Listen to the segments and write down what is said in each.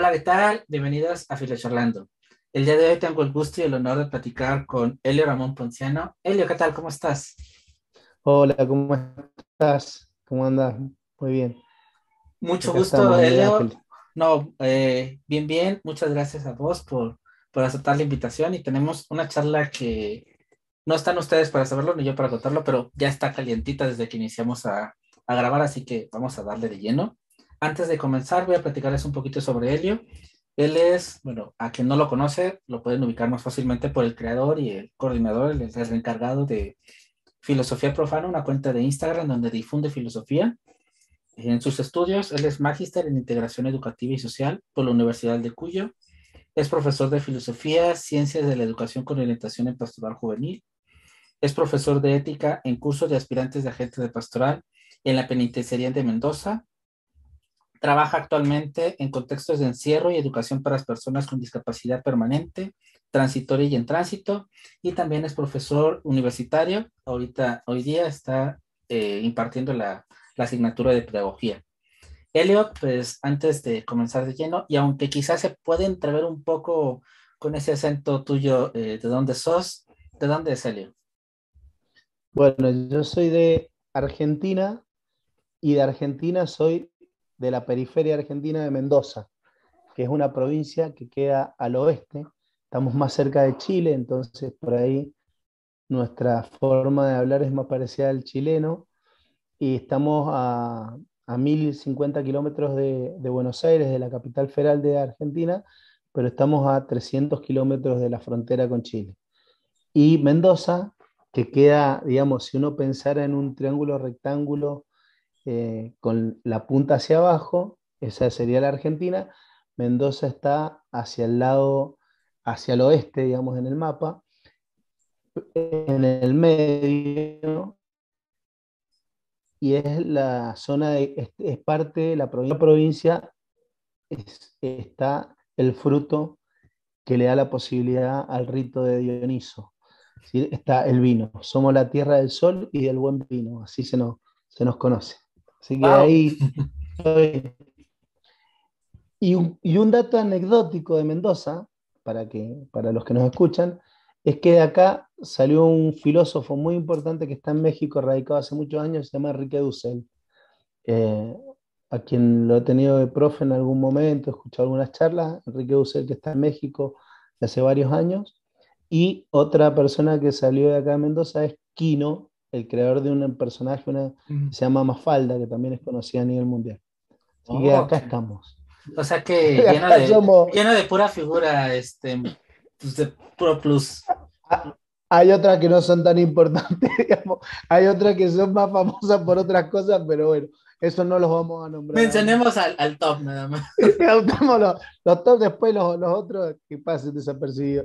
Hola, ¿qué tal? Bienvenidos a Filocharlando. El día de hoy tengo el gusto y el honor de platicar con Elio Ramón Ponciano. Elio, ¿qué tal? ¿Cómo estás? Hola, ¿cómo estás? ¿Cómo andas? Muy bien. Mucho Acá gusto, estamos, Miguel Elio. Ángel. No, bien, bien. Muchas gracias a vos por aceptar la invitación y tenemos una charla que no están ustedes para saberlo ni yo para contarlo, pero ya está calientita desde que iniciamos a grabar, así que vamos a darle de lleno. Antes de comenzar, voy a platicarles un poquito sobre Elio. Él es, bueno, a quien no lo conoce, lo pueden ubicar más fácilmente por el creador y el coordinador, el encargado de Filosofía Profana, una cuenta de Instagram donde difunde filosofía. En sus estudios, él es magíster en integración educativa y social por la Universidad de Cuyo. Es profesor de filosofía, ciencias de la educación con orientación en pastoral juvenil. Es profesor de ética en curso de aspirantes de agente de pastoral en la penitenciaría de Mendoza. Trabaja actualmente en contextos de encierro y educación para las personas con discapacidad permanente, transitoria y en tránsito. Y también es profesor universitario. Hoy día está impartiendo la asignatura de pedagogía. Elliot, pues antes de comenzar de lleno, y aunque quizás se puede entrever un poco con ese acento tuyo, ¿de dónde sos? ¿De dónde es Elliot? Bueno, yo soy de Argentina y de Argentina soy de la periferia argentina de Mendoza, que es una provincia que queda al oeste. Estamos más cerca de Chile, entonces por ahí nuestra forma de hablar es más parecida al chileno y estamos a 1050 kilómetros de Buenos Aires, de la capital federal de Argentina, pero estamos a 300 kilómetros de la frontera con Chile. Y Mendoza, que queda, digamos, si uno pensara en un triángulo rectángulo con la punta hacia abajo, esa sería la Argentina. Mendoza está hacia el lado, hacia el oeste, digamos, en el mapa. En el medio, y es la zona es parte de la provincia, está el fruto que le da la posibilidad al rito de Dioniso. ¿Sí? Está el vino. Somos la tierra del sol y del buen vino, así se nos conoce. Así que ¡Wow! ahí. Y un dato anecdótico de Mendoza, para los que nos escuchan, es que de acá salió un filósofo muy importante que está en México, radicado hace muchos años, se llama Enrique Dussel, eh, a quien lo he tenido de profe en algún momento, he escuchado algunas charlas. Enrique Dussel, que está en México de hace varios años. Y otra persona que salió de acá de Mendoza es Kino, el creador de un personaje que se llama Mafalda, que también es conocida a nivel mundial. Así que Oh, acá estamos. o sea que Acá somos. lleno de pura figura, pues de puro plus. Ah, hay otras que no son tan importantes, digamos. Hay otras que son más famosas por otras cosas, pero bueno, eso no los vamos a nombrar ahora. Mencionemos al top nada más. Gustamos los top, después los otros que pasen desapercibidos.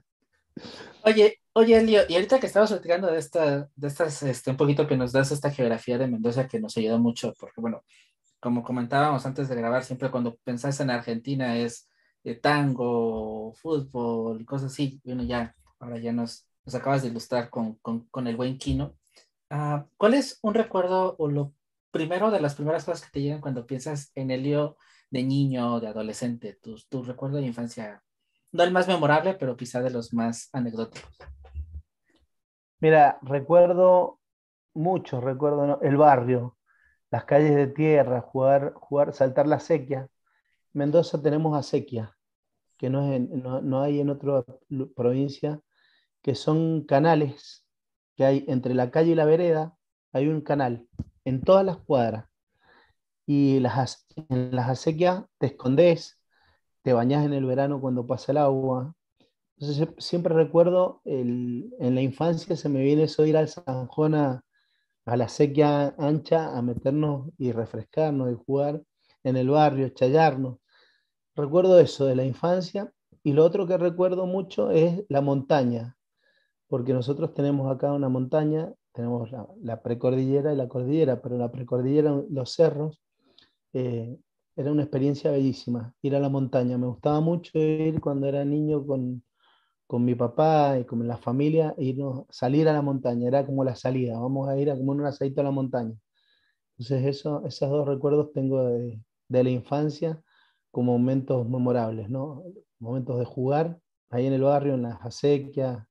Oye, Elio, y ahorita que estamos platicando de estas, un poquito que nos das esta geografía de Mendoza que nos ayuda mucho, porque bueno, como comentábamos antes de grabar, siempre cuando pensás en Argentina es tango, fútbol, cosas así. Y bueno, ya, ahora ya nos acabas de ilustrar con el buen Kino. ¿Cuál es un recuerdo o lo primero de las primeras cosas que te llegan cuando piensas en Elio de niño o de adolescente? Tu recuerdo de infancia, no el más memorable, pero quizá de los más anecdóticos. Mira, recuerdo, ¿no? El barrio, las calles de tierra, saltar la acequia. Mendoza tenemos acequia, que no hay en otra provincia, que son canales que hay entre la calle y la vereda, hay un canal en todas las cuadras. Y en las acequias te escondes, te bañas en el verano cuando pasa el agua. Entonces siempre recuerdo, en la infancia se me viene eso de ir al Sanjón a la acequia ancha a meternos y refrescarnos y jugar en el barrio, chayarnos. Recuerdo eso de la infancia. Y lo otro que recuerdo mucho es la montaña, porque nosotros tenemos acá una montaña, tenemos la precordillera y la cordillera, pero la precordillera, los cerros, eh, era una experiencia bellísima, ir a la montaña. Me gustaba mucho ir cuando era niño con mi papá y con la familia, salir a la montaña, era como la salida, vamos a ir a comer un asadito a la montaña. Entonces esos dos recuerdos tengo de la infancia, como momentos memorables, ¿no? Momentos de jugar ahí en el barrio, en las acequias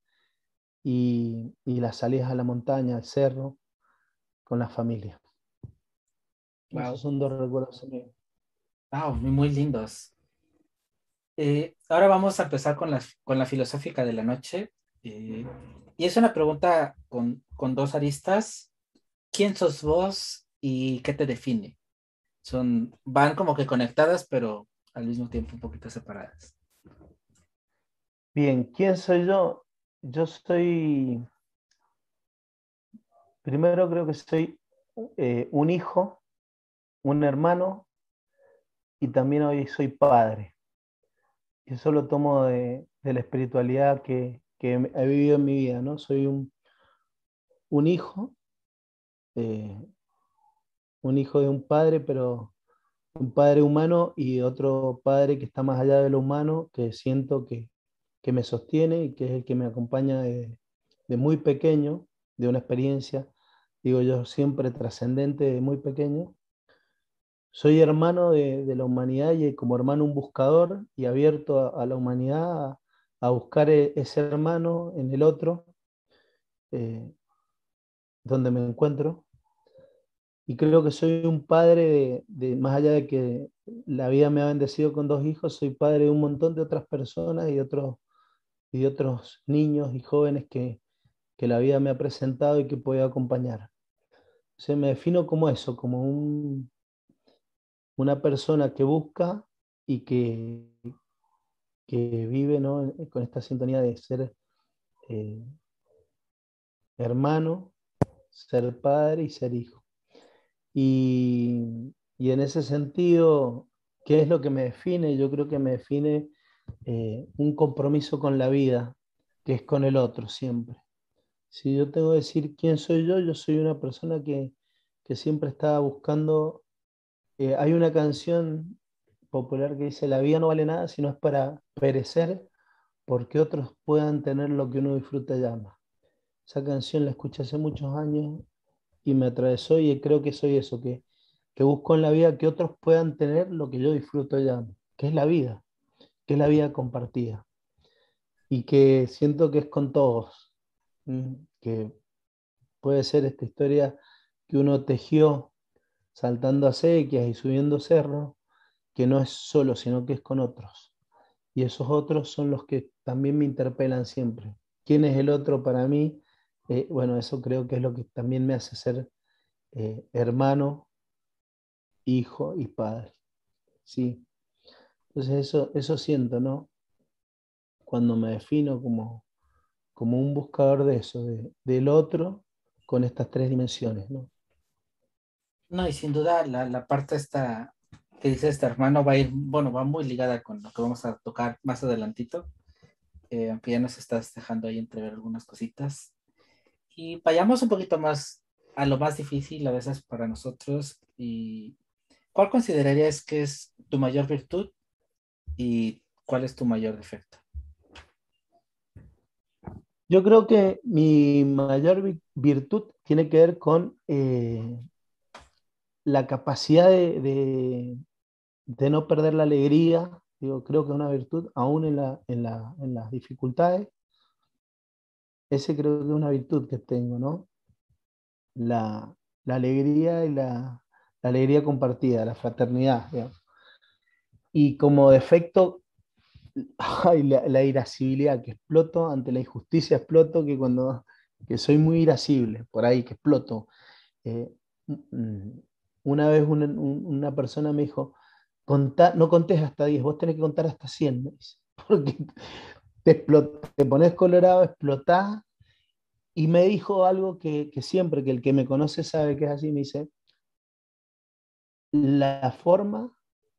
y las salidas a la montaña, al cerro, con la familia. Esos Wow, son dos recuerdos míos. wow, muy, muy lindos. Ahora vamos a empezar con la filosófica de la noche. Eh, y es una pregunta con dos aristas. ¿Quién sos vos y qué te define? Van como que conectadas, pero al mismo tiempo un poquito separadas. Bien, ¿quién soy yo? Yo soy, primero creo que soy un hijo, un hermano y también hoy soy padre. Y eso lo tomo de la espiritualidad que he vivido en mi vida, ¿no? Soy un hijo, eh, un hijo de un padre, pero un padre humano y otro padre que está más allá de lo humano, que siento que me sostiene y que es el que me acompaña de muy pequeño, de una experiencia, digo yo, siempre trascendente de muy pequeño. Soy hermano de la humanidad y como hermano un buscador y abierto a la humanidad a buscar ese hermano en el otro, eh, donde me encuentro. Y creo que soy un padre más allá de que la vida me ha bendecido con dos hijos, soy padre de un montón de otras personas y de otros niños y jóvenes que la vida me ha presentado y que puedo acompañar. Se me defino como eso, como una persona que busca y que vive, ¿no? Con esta sintonía de ser eh, hermano, ser padre y ser hijo. Y en ese sentido, ¿qué es lo que me define? Yo creo que me define un compromiso con la vida, que es con el otro siempre. Si yo tengo que decir quién soy yo soy una persona que siempre estaba buscando. Hay una canción popular que dice, la vida no vale nada si no es para perecer, porque otros puedan tener lo que uno disfruta y ama. Esa canción la escuché hace muchos años y me atravesó y creo que soy eso, que busco en la vida que otros puedan tener lo que yo disfruto y amo, que es la vida, que es la vida compartida y que siento que es con todos, que puede ser esta historia que uno tejió saltando acequias y subiendo cerros, que no es solo, sino que es con otros. Y esos otros son los que también me interpelan siempre. ¿Quién es el otro para mí? Bueno, eso creo que es lo que también me hace ser hermano, hijo y padre. Sí. Entonces eso siento, ¿no? Cuando me defino como un buscador de eso, del otro con estas tres dimensiones, ¿no? No, y sin duda la parte esta que dice este hermano va a ir, bueno, va muy ligada con lo que vamos a tocar más adelantito, aunque ya nos estás dejando ahí entrever algunas cositas. Y vayamos un poquito más a lo más difícil a veces para nosotros. ¿Y cuál considerarías que es tu mayor virtud y cuál es tu mayor defecto? Yo creo que mi mayor virtud tiene que ver con la capacidad de no perder la alegría. Digo, creo que es una virtud, aún en las dificultades. Ese creo que es una virtud que tengo, ¿no? La alegría y la alegría compartida, la fraternidad, digamos. Y como defecto, ay, la irascibilidad, que exploto ante la injusticia, exploto que soy muy irascible, por ahí, que exploto. Eh, mm, una vez una persona me dijo, no contés hasta 10, vos tenés que contar hasta 100, me dice, porque te pones colorado, explotás. Y me dijo algo que siempre, que el que me conoce sabe que es así, me dice, la forma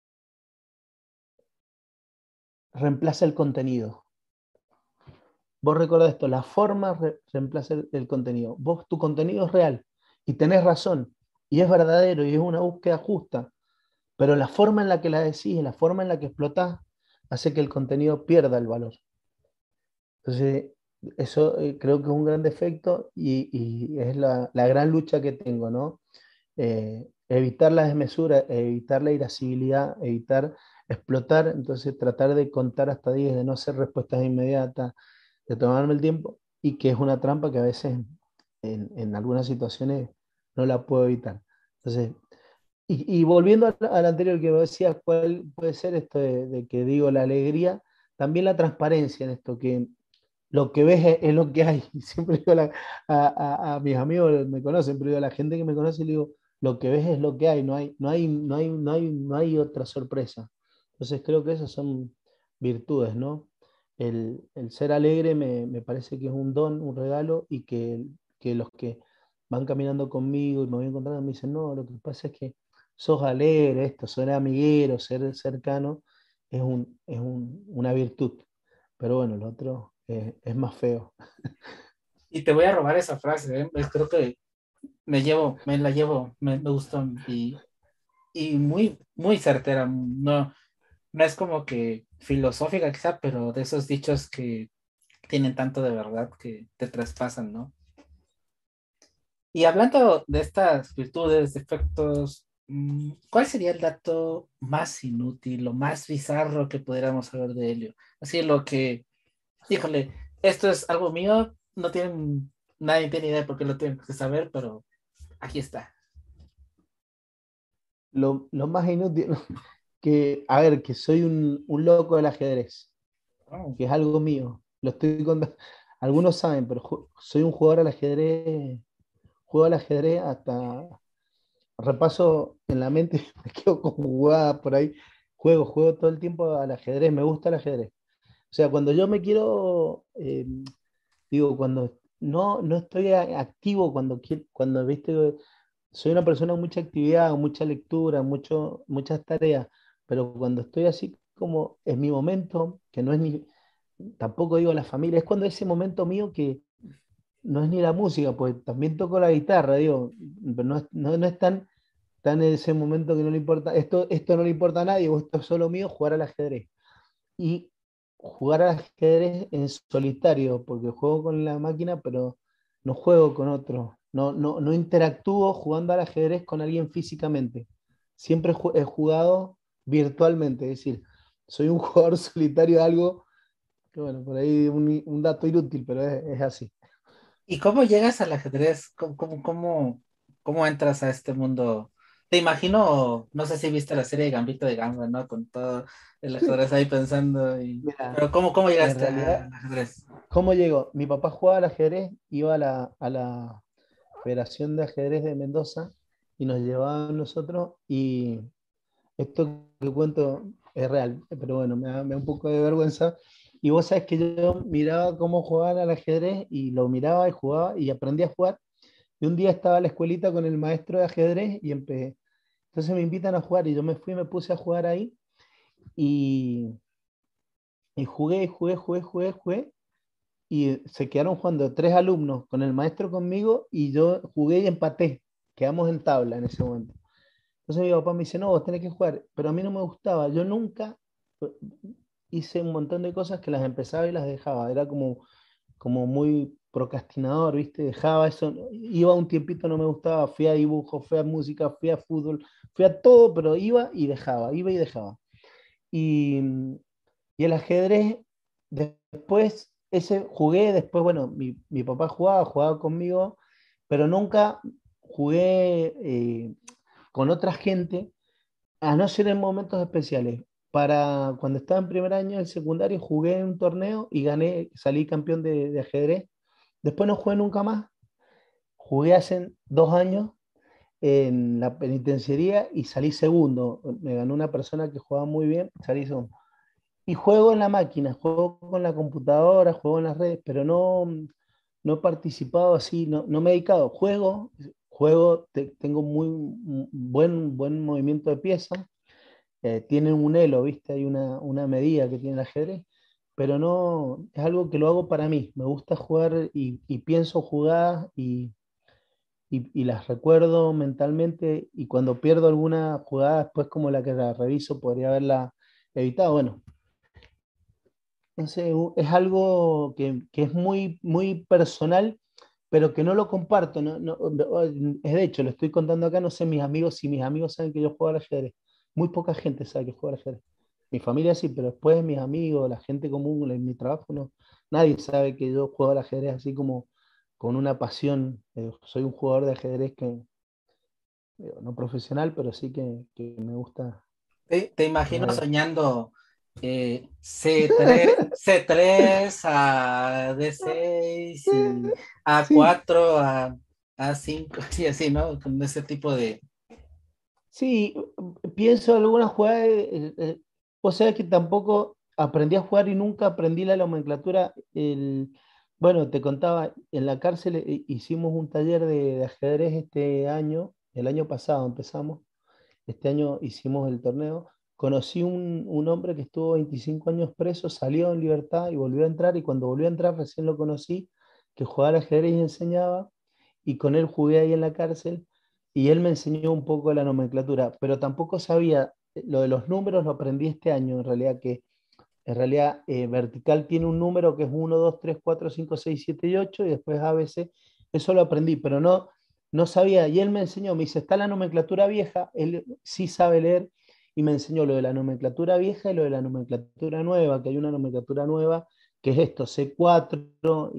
reemplaza el contenido. Vos recordás esto, la forma reemplaza el contenido. Vos, tu contenido es real y tenés razón y es verdadero y es una búsqueda justa, pero la forma en la que la decís, la forma en la que explotás, hace que el contenido pierda el valor. Entonces, eso creo que es un gran defecto y es la gran lucha que tengo, ¿no? Evitar la desmesura, evitar la irascibilidad, evitar explotar, entonces tratar de contar hasta 10, de no hacer respuestas inmediatas, de tomarme el tiempo, y que es una trampa que a veces en algunas situaciones no la puedo evitar. Entonces, y volviendo al anterior que vos decías, ¿cuál puede ser esto de que digo la alegría? También la transparencia en esto, que lo que ves es lo que hay. Siempre digo a mis amigos, me conocen, pero digo a la gente que me conoce, le digo, lo que ves es lo que hay, no hay otra sorpresa. Entonces creo que esas son virtudes, ¿no? El ser alegre me parece que es un don, un regalo, y que los que van caminando conmigo y me voy encontrando me dicen, no, lo que pasa es que sos alegre, esto, ser amiguero, ser cercano, una virtud. Pero bueno, el otro es más feo. Y te voy a robar esa frase, ¿eh? Creo que me la llevo, me gustó y muy, muy certera. No, no es como que filosófica quizá, pero de esos dichos que tienen tanto de verdad que te traspasan, ¿no? Y hablando de estas virtudes, defectos, ¿cuál sería el dato más inútil, lo más bizarro que pudiéramos saber de Helio? Así lo que, híjole, esto es algo mío, no tienen, nadie tiene idea de por qué lo tienen que saber, pero aquí está. Lo más inútil, que, a ver, que soy un loco del ajedrez, Oh. que es algo mío. Lo estoy contando. Algunos saben, pero soy un jugador al ajedrez, juego al ajedrez hasta repaso en la mente, me quedo con jugadas por ahí. Juego todo el tiempo al ajedrez, me gusta el ajedrez. O sea, cuando yo me quiero, digo, cuando no estoy activo, cuando, viste, soy una persona con mucha actividad, mucha lectura, muchas tareas, pero cuando estoy así como en mi momento, que no es ni, tampoco digo la familia, es cuando ese momento mío que no es ni la música, pues también toco la guitarra, digo, pero no es tan en ese momento que no le importa, esto no le importa a nadie, o esto es solo mío, jugar al ajedrez. Y jugar al ajedrez en solitario, porque juego con la máquina, pero no juego con otro. No interactúo jugando al ajedrez con alguien físicamente. Siempre he jugado virtualmente, es decir, soy un jugador solitario de algo que, bueno, por ahí un dato inútil, pero es así. ¿Y cómo llegas al ajedrez? ¿Cómo entras a este mundo? Te imagino, no sé si viste la serie de Gambito de Dama, ¿no? Con todo el ajedrez ahí pensando. Mira, Pero ¿cómo en llegaste realidad, al ajedrez? ¿cómo llegó? Mi papá jugaba al ajedrez, iba a la Federación de Ajedrez de Mendoza y nos llevaba a nosotros, y esto que cuento es real, pero bueno, me da un poco de vergüenza. Y vos sabés que yo miraba cómo jugaban al ajedrez y lo miraba y jugaba y aprendí a jugar. Y un día estaba en la escuelita con el maestro de ajedrez y empecé. Entonces me invitan a jugar y yo me fui y me puse a jugar ahí y, y jugué. Y se quedaron jugando tres alumnos con el maestro conmigo y yo jugué y empaté. Quedamos en tabla en ese momento. Entonces mi papá me dice, no, vos tenés que jugar, pero a mí no me gustaba. Yo nunca hice un montón de cosas que las empezaba y las dejaba. Era como muy procrastinador, ¿viste? Dejaba eso, iba un tiempito, no me gustaba, fui a dibujo, fui a música, fui a fútbol, fui a todo, pero iba y dejaba, iba y dejaba. Y, y el ajedrez, después, ese jugué, después, bueno, mi papá jugaba conmigo, pero nunca jugué con otra gente, a no ser en momentos especiales. Para cuando estaba en primer año del secundario, jugué en un torneo y gané, salí campeón de ajedrez. Después no jugué nunca más. Jugué hace 2 años en la penitenciaría y salí segundo. Me ganó una persona que jugaba muy bien, salí segundo. Y juego en la máquina, juego con la computadora, juego en las redes, pero no he participado así, no me he dedicado. Tengo muy buen movimiento de pieza, tienen un elo, ¿viste? Hay una medida que tiene el ajedrez, pero no, es algo que lo hago para mí. Me gusta jugar y pienso jugadas y las recuerdo mentalmente, y cuando pierdo alguna jugada, después como la que la reviso, podría haberla evitado. Bueno, no sé, es algo que es muy, muy personal, pero que no lo comparto. Es de hecho, lo estoy contando acá, no sé mis amigos si mis amigos saben que yo juego al ajedrez. Muy poca gente sabe que juego al ajedrez. mi familia sí, pero después mis amigos, la gente común, en mi trabajo, no, nadie sabe que yo juego al ajedrez así como con una pasión. Soy un jugador de ajedrez que, no profesional, pero sí que me gusta Te imagino jugar. soñando C3 a D6 y Sí, A4 a A5, sí, así, ¿no? Con ese tipo de... sí, pienso algunas jugadas. Vos sabés que tampoco aprendí a jugar y nunca aprendí la nomenclatura. Bueno, te contaba, en la cárcel hicimos un taller de ajedrez este año, el año pasado empezamos, este año hicimos el torneo. Conocí un hombre que estuvo 25 años preso, salió en libertad y volvió a entrar, y cuando volvió a entrar recién lo conocí, que jugaba al ajedrez y enseñaba, y con él jugué ahí en la cárcel, y él me enseñó un poco la nomenclatura, pero tampoco sabía, lo de los números lo aprendí este año, en realidad, que en realidad vertical tiene un número que es 1, 2, 3, 4, 5, 6, 7 y 8, y después ABC, eso lo aprendí, pero no sabía, y él me enseñó, me dice, está la nomenclatura vieja, él sí sabe leer, y me enseñó lo de la nomenclatura vieja y lo de la nomenclatura nueva, que hay una nomenclatura nueva, que es esto, C4,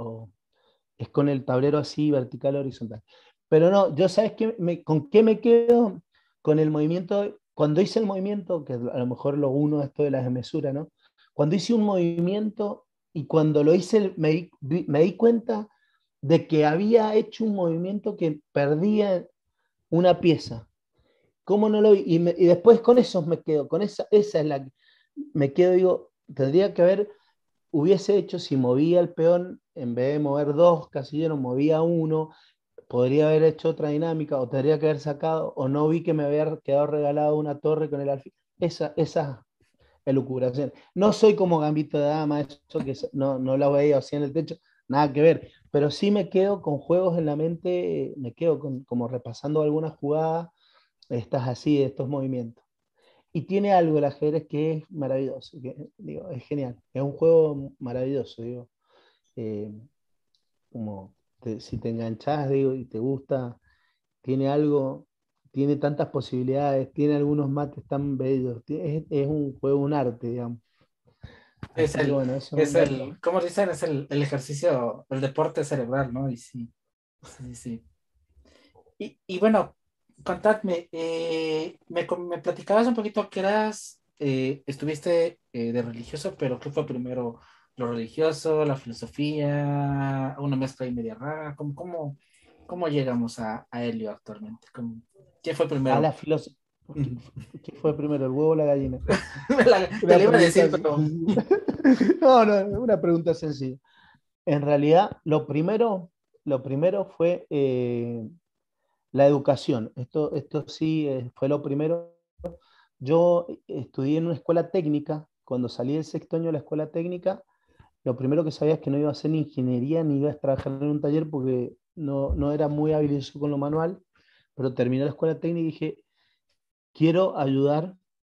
es con el tablero así, vertical, horizontal. Pero no, yo sabes qué con qué me quedo, con el movimiento, cuando hice el movimiento, que a lo mejor lo uno esto de la desmesura, ¿no? Cuando hice un movimiento y cuando lo hice me di cuenta de que había hecho un movimiento que perdía una pieza. ¿Cómo no lo vi? Y después con eso me quedo, con esa es la que me quedo, digo, tendría que haber hubiese hecho si movía el peón, en vez de mover dos casilleros, movía uno, podría haber hecho otra dinámica, o tendría que haber sacado, o no vi que me había quedado regalado una torre con el alfil. Esa elucubración. No soy como Gambito de Dama, eso que no lo veía así en el techo, nada que ver, pero sí me quedo con juegos en la mente, me quedo como repasando algunas jugadas, estas así, estos movimientos. Y tiene algo el ajedrez que es maravilloso, que, digo, es genial. Es un juego maravilloso, digo. Eh, si te enganchás, digo, y te gusta, tiene algo, tiene tantas posibilidades, tiene algunos mates tan bellos. Es un juego, un arte, digamos. Es Así que el, bueno, eso me es encanta. el, ¿cómo dicen? Es el ejercicio, el deporte cerebral, ¿no? Y sí, sí, sí, sí. Y bueno, contadme, me platicabas un poquito que estuviste de religioso, pero ¿qué fue primero? ¿Lo religioso, la filosofía, una mezcla y media rara? ¿Cómo llegamos a Helio actualmente? ¿Qué fue A primero? la filosofía. ¿Qué fue primero, el huevo o la gallina? Te Una lo iba a pregunta decir, así. pero No, una pregunta sencilla. En realidad, lo primero fue la educación. Esto sí fue lo primero. Yo estudié en una escuela técnica. Cuando salí del sexto año de la escuela técnica, lo primero que sabía es que no iba a hacer ni ingeniería ni iba a trabajar en un taller porque no era muy habilidoso con lo manual, pero terminé la escuela técnica y dije, quiero ayudar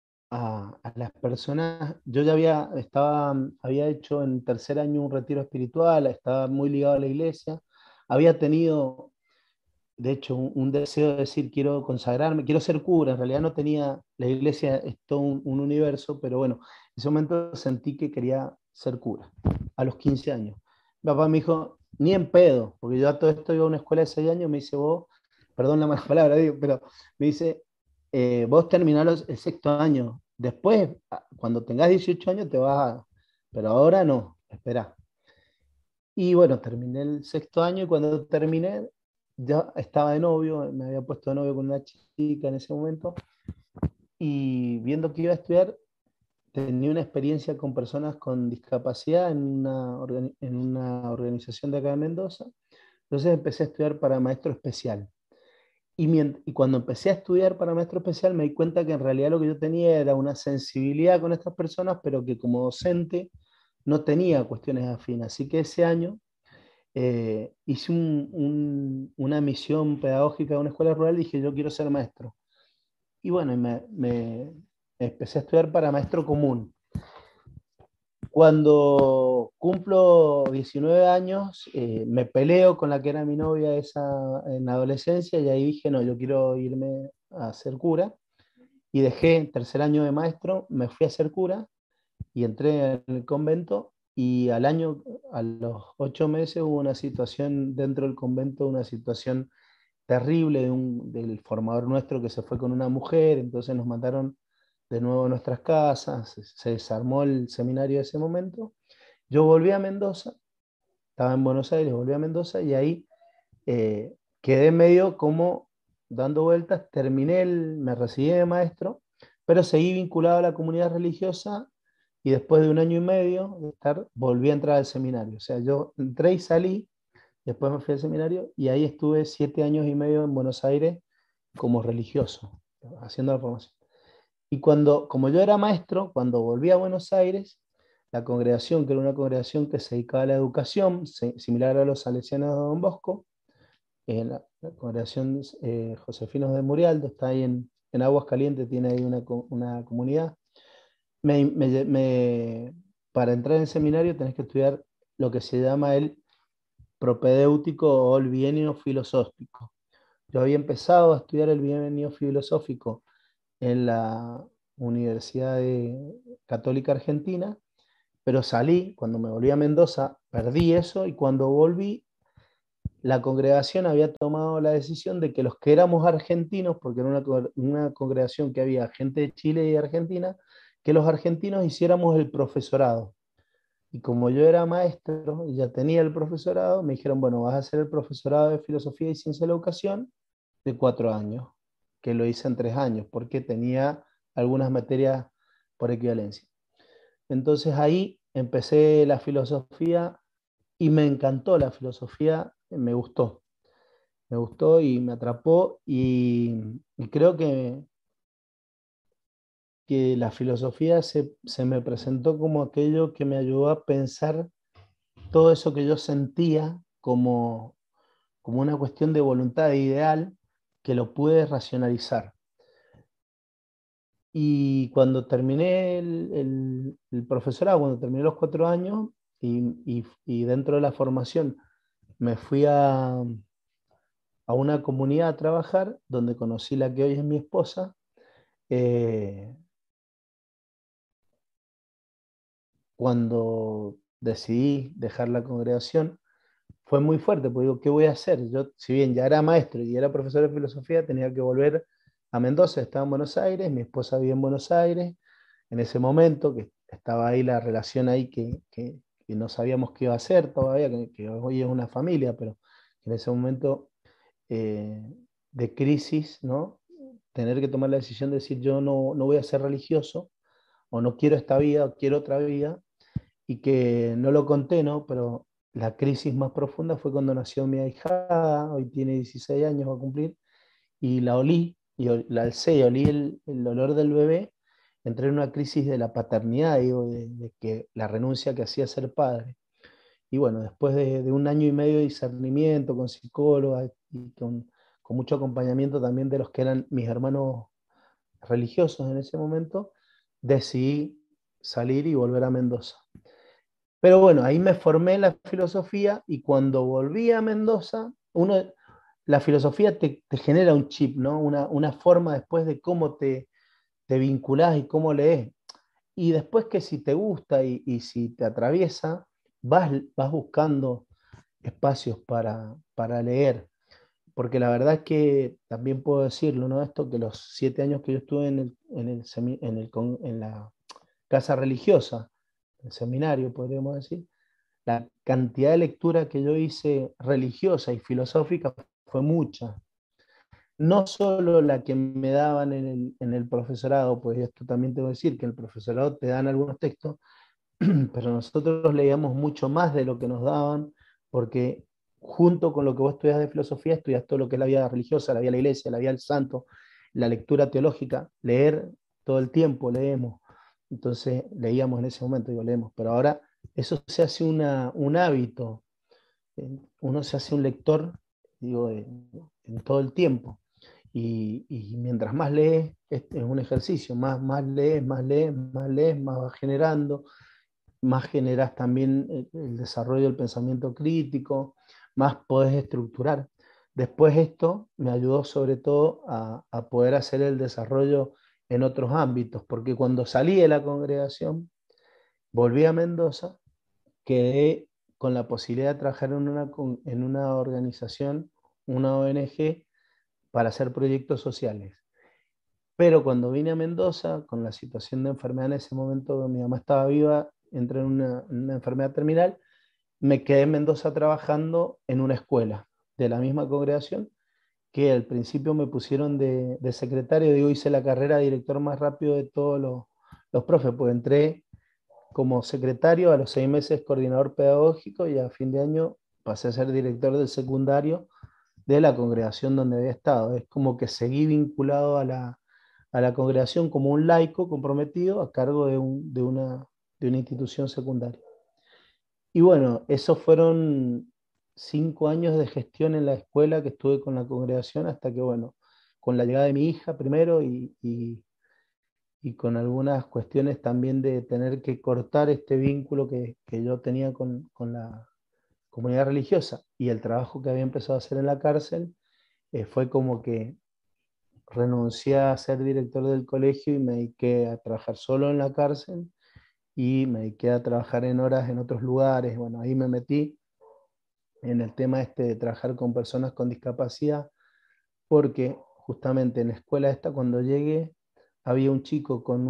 a las personas. Yo ya había hecho en tercer año un retiro espiritual, estaba muy ligado a la iglesia, había tenido de hecho, un deseo de decir, quiero consagrarme, quiero ser cura. En realidad no tenía, la iglesia es todo un universo, pero bueno, en ese momento sentí que quería ser cura, a los 15 años. Mi papá me dijo, ni en pedo, porque yo a todo esto iba a una escuela de 6 años, me dice, vos, perdón la mala palabra, digo, pero me dice, vos terminás el sexto año, después, cuando tengas 18 años, te vas a... Pero ahora no, espera. Y bueno, terminé el sexto año y cuando terminé ya estaba de novio, me había puesto de novio con una chica en ese momento y viendo que iba a estudiar, tenía una experiencia con personas con discapacidad en una organización de acá de Mendoza. Entonces empecé a estudiar para maestro especial. Y cuando empecé a estudiar para maestro especial me di cuenta que en realidad lo que yo tenía era una sensibilidad con estas personas, pero que como docente no tenía cuestiones afines. Así que ese año hice una misión pedagógica de una escuela rural y dije, yo quiero ser maestro. Y bueno, me empecé a estudiar para maestro común. Cuando cumplo 19 años, me peleo con la que era mi novia en la adolescencia y ahí dije, no, yo quiero irme a ser cura. y dejé tercer año de maestro, me fui a ser cura y entré en el convento y al año, a los 8 meses hubo una situación dentro del convento, una situación terrible del formador nuestro que se fue con una mujer, entonces nos mandaron de nuevo a nuestras casas, se desarmó el seminario de ese momento. Yo volví a Mendoza, estaba en Buenos Aires, volví a Mendoza y ahí quedé medio como dando vueltas, me recibí de maestro, pero seguí vinculado a la comunidad religiosa y después de un año y medio de estar, volví a entrar al seminario. O sea, yo entré y salí, después me fui al seminario y ahí estuve 7 años y medio en Buenos Aires como religioso, haciendo la formación. Y como yo era maestro, cuando volví a Buenos Aires, la congregación, que era una congregación que se dedicaba a la educación, similar a los salesianos de Don Bosco, la congregación Josefinos de Murialdo, está ahí en Aguas Calientes, tiene ahí una comunidad. Para entrar en el seminario tenés que estudiar lo que se llama el propedéutico o el bienio filosófico. Yo había empezado a estudiar el bienio filosófico en la Universidad Católica Argentina, pero salí, cuando me volví a Mendoza, perdí eso y cuando volví, la congregación había tomado la decisión de que los que éramos argentinos, porque era una congregación que había gente de Chile y Argentina, que los argentinos hiciéramos el profesorado. Y como yo era maestro y ya tenía el profesorado, me dijeron, bueno, vas a hacer el profesorado de Filosofía y Ciencia de la Educación de 4 años, que lo hice en 3 años, porque tenía algunas materias por equivalencia. Entonces ahí empecé la filosofía y me encantó la filosofía, me gustó y me atrapó y creo que la filosofía se me presentó como aquello que me ayudó a pensar todo eso que yo sentía como una cuestión de voluntad e ideal que lo pude racionalizar. Y cuando terminé el profesorado, cuando terminé los 4 años y dentro de la formación me fui a una comunidad a trabajar donde conocí la que hoy es mi esposa. eh, Cuando decidí dejar la congregación, fue muy fuerte, porque digo, ¿qué voy a hacer? Yo, si bien ya era maestro y era profesor de filosofía, tenía que volver a Mendoza, estaba en Buenos Aires, mi esposa vivía en Buenos Aires, en ese momento, que estaba ahí la relación ahí que no sabíamos qué iba a hacer todavía, que hoy es una familia, pero en ese momento eh, de crisis, ¿no? Tener que tomar la decisión de decir yo no voy a ser religioso, o no quiero esta vida, o quiero otra vida, y que no lo conté, ¿no? Pero la crisis más profunda fue cuando nació mi ahijada, hoy tiene 16 años, va a cumplir, y la olí, la alcé y olí el olor del bebé, entré en una crisis de la paternidad, digo, de que la renuncia que hacía ser padre. Y bueno, después de un año y medio de discernimiento con psicóloga y con mucho acompañamiento también de los que eran mis hermanos religiosos en ese momento, decidí salir y volver a Mendoza. Pero bueno, ahí me formé en la filosofía y cuando volví a Mendoza, la filosofía te genera un chip, ¿no? Una forma después de cómo te vinculás y cómo lees. Y después que si te gusta y si te atraviesa, vas buscando espacios para leer. Porque la verdad es que también puedo decirlo, ¿no? Esto que los 7 años que yo estuve en la casa religiosa, el seminario, podríamos decir, la cantidad de lectura que yo hice religiosa y filosófica fue mucha. No solo la que me daban en el profesorado, pues esto también tengo que decir, que en el profesorado te dan algunos textos, pero nosotros leíamos mucho más de lo que nos daban, porque junto con lo que vos estudias de filosofía, estudias todo lo que es la vida religiosa, la vida de la iglesia, la vida del santo, la lectura teológica, leer todo el tiempo, leemos. Entonces leíamos en ese momento, digo, leemos, pero ahora eso se hace un hábito, uno se hace un lector, digo, en todo el tiempo. Y mientras más lees, es un ejercicio, más lees, más lees, más lees, más vas generando, más generas también el desarrollo del pensamiento crítico, más podés estructurar. Después esto me ayudó sobre todo a poder hacer el desarrollo en otros ámbitos, porque cuando salí de la congregación, volví a Mendoza, quedé con la posibilidad de trabajar en una organización, una ONG, para hacer proyectos sociales. Pero cuando vine a Mendoza, con la situación de enfermedad en ese momento, mi mamá estaba viva, entré en una enfermedad terminal, me quedé en Mendoza trabajando en una escuela de la misma congregación, que al principio me pusieron de secretario, digo, hice la carrera de director más rápido de todos los profes, pues entré como secretario, a los 6 meses coordinador pedagógico y a fin de año pasé a ser director del secundario de la congregación donde había estado. Es como que seguí vinculado a la congregación como un laico comprometido a cargo de una institución secundaria. Y bueno, esos fueron 5 años de gestión en la escuela que estuve con la congregación hasta que, bueno, con la llegada de mi hija primero y con algunas cuestiones también de tener que cortar este vínculo que yo tenía con la comunidad religiosa y el trabajo que había empezado a hacer en la cárcel, fue como que renuncié a ser director del colegio y me dediqué a trabajar solo en la cárcel y me dediqué a trabajar en horas en otros lugares. Bueno, ahí me metí en el tema este de trabajar con personas con discapacidad, porque justamente en la escuela esta cuando llegué había un chico con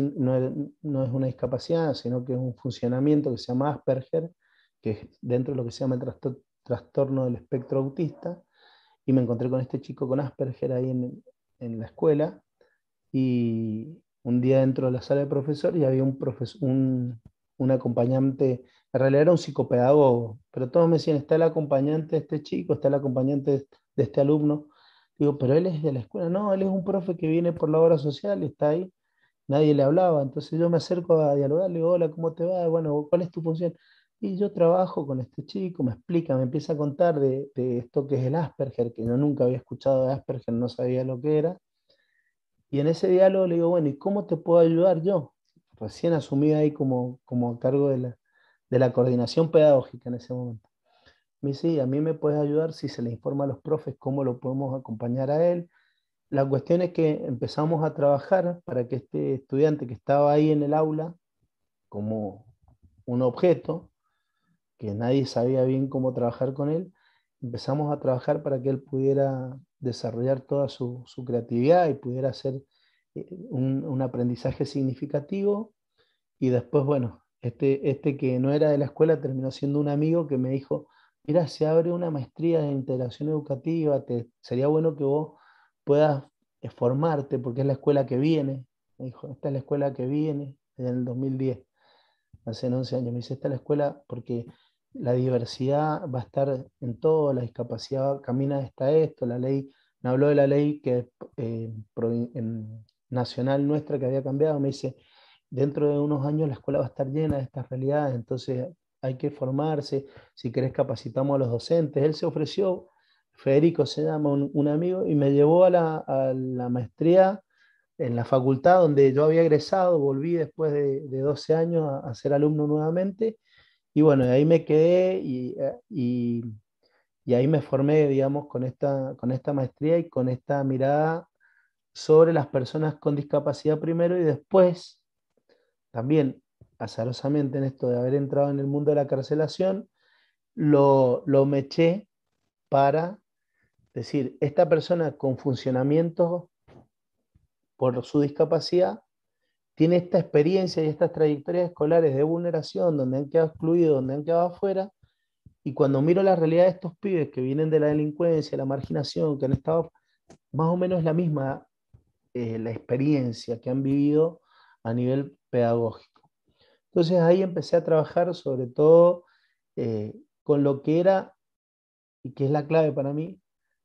no es una discapacidad, sino que es un funcionamiento que se llama Asperger, que es dentro de lo que se llama el trastorno del espectro autista, y me encontré con este chico con Asperger ahí en la escuela, y un día dentro de la sala de profesor y había un acompañante, en realidad era un psicopedagogo, pero todos me decían, está el acompañante de este chico, está el acompañante de este alumno. Digo, pero él es de la escuela, no, él es un profe que viene por la obra social, está ahí, nadie le hablaba, entonces yo me acerco a dialogar, le digo, hola, ¿cómo te va? Bueno, ¿cuál es tu función? Y yo trabajo con este chico, me explica, me empieza a contar de esto que es el Asperger, que yo nunca había escuchado de Asperger, no sabía lo que era. Y en ese diálogo le digo, bueno, ¿y cómo te puedo ayudar yo? Recién asumida ahí como a cargo de la coordinación pedagógica en ese momento. Me dice, sí, a mí me puedes ayudar si se le informa a los profes cómo lo podemos acompañar a él. La cuestión es que empezamos a trabajar para que este estudiante que estaba ahí en el aula como un objeto, que nadie sabía bien cómo trabajar con él, empezamos a trabajar para que él pudiera desarrollar toda su creatividad y pudiera hacer un aprendizaje significativo. Y después, bueno, este que no era de la escuela terminó siendo un amigo que me dijo, mira, se abre una maestría de integración educativa, sería bueno que vos puedas formarte porque es la escuela que viene. Me dijo, esta es la escuela que viene en el 2010, hace 11 años. Me dice, esta es la escuela porque la diversidad va a estar en todo, la discapacidad camina hasta esto, la ley, me habló de la ley que nacional nuestra que había cambiado, me dice, dentro de unos años la escuela va a estar llena de estas realidades, entonces hay que formarse, si querés capacitamos a los docentes. Él se ofreció, Federico se llama, un amigo, y me llevó a la maestría en la facultad donde yo había egresado, volví después de 12 años a ser alumno nuevamente, y bueno, de ahí me quedé y ahí me formé, digamos, con esta maestría y con esta mirada sobre las personas con discapacidad primero y después también, azarosamente en esto de haber entrado en el mundo de la carcelación, lo meché para decir, esta persona con funcionamiento por su discapacidad tiene esta experiencia y estas trayectorias escolares de vulneración, donde han quedado excluidos, donde han quedado afuera, y cuando miro la realidad de estos pibes que vienen de la delincuencia, la marginación, que han estado más o menos la misma, la experiencia que han vivido a nivel pedagógico. Entonces ahí empecé a trabajar sobre todo con lo que era, y que es la clave para mí,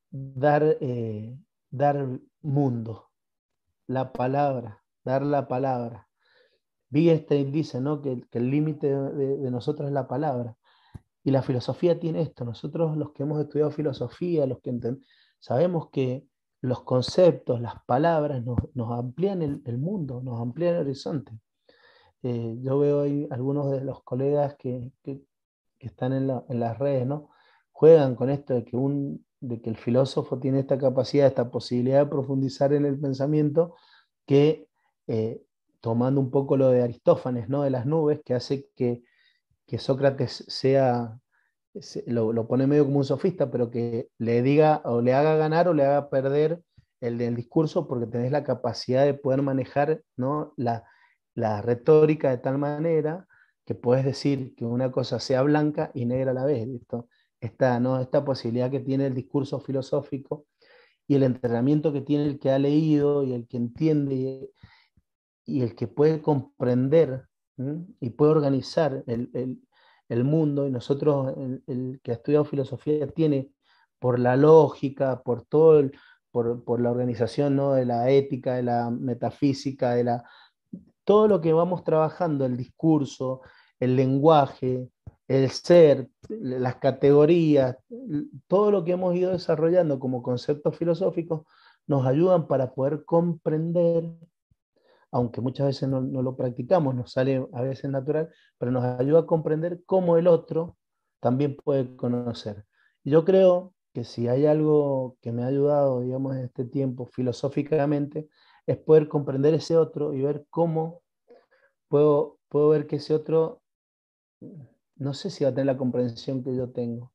dar mundo, la palabra, dar la palabra. Wittgenstein dice, ¿no?, que el límite de nosotros es la palabra. Y la filosofía tiene esto. Nosotros los que hemos estudiado filosofía, los que sabemos que los conceptos, las palabras nos amplían el mundo, nos amplían el horizonte. Yo veo ahí algunos de los colegas que están en las redes, ¿no? Juegan con esto de que el filósofo tiene esta capacidad, esta posibilidad de profundizar en el pensamiento que tomando un poco lo de Aristófanes, ¿no? De las nubes, que hace que Sócrates sea, lo pone medio como un sofista, pero que le diga o le haga ganar o le haga perder el discurso, porque tenés la capacidad de poder manejar, ¿no? La retórica de tal manera que puedes decir que una cosa sea blanca y negra a la vez. ¿Listo? ¿No? Esta posibilidad que tiene el discurso filosófico y el entrenamiento que tiene el que ha leído y el que entiende y el que puede comprender, ¿m? Y puede organizar el mundo. Y nosotros, el que ha estudiado filosofía, tiene por la lógica, por todo por la organización, ¿no? De la ética, de la metafísica, todo lo que vamos trabajando, el discurso, el lenguaje, el ser, las categorías, todo lo que hemos ido desarrollando como conceptos filosóficos, nos ayudan para poder comprender, aunque muchas veces no lo practicamos, nos sale a veces natural, pero nos ayuda a comprender cómo el otro también puede conocer. Yo creo que si hay algo que me ha ayudado, digamos, en este tiempo filosóficamente, es poder comprender ese otro y ver cómo puedo ver que ese otro, no sé si va a tener la comprensión que yo tengo.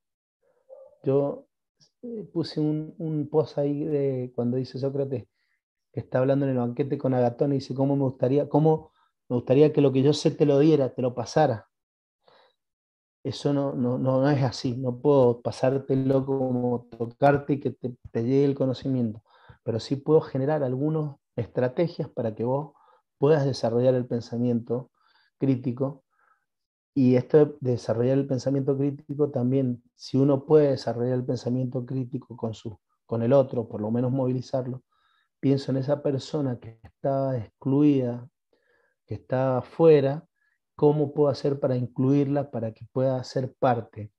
Yo puse un post ahí de cuando dice Sócrates, que está hablando en el banquete con Agatón y dice, cómo me gustaría que lo que yo sé te lo diera, te lo pasara. Eso no es así, no puedo pasártelo como tocarte y que te llegue el conocimiento, pero sí puedo generar algunas estrategias para que vos puedas desarrollar el pensamiento crítico. Y esto de desarrollar el pensamiento crítico también, si uno puede desarrollar el pensamiento crítico con el otro, por lo menos movilizarlo, pienso en esa persona que está excluida, que está afuera, cómo puedo hacer para incluirla, para que pueda ser parte,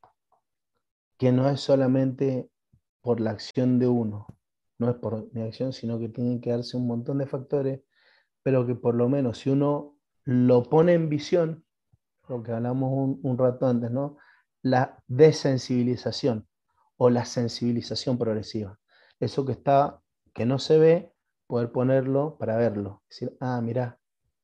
que no es solamente por la acción de uno, no es por mi acción, sino que tienen que darse un montón de factores, pero que por lo menos si uno lo pone en visión, lo que hablamos un rato antes, ¿no? La desensibilización o la sensibilización progresiva. Eso que no se ve, poder ponerlo para verlo. Decir, ah, mirá,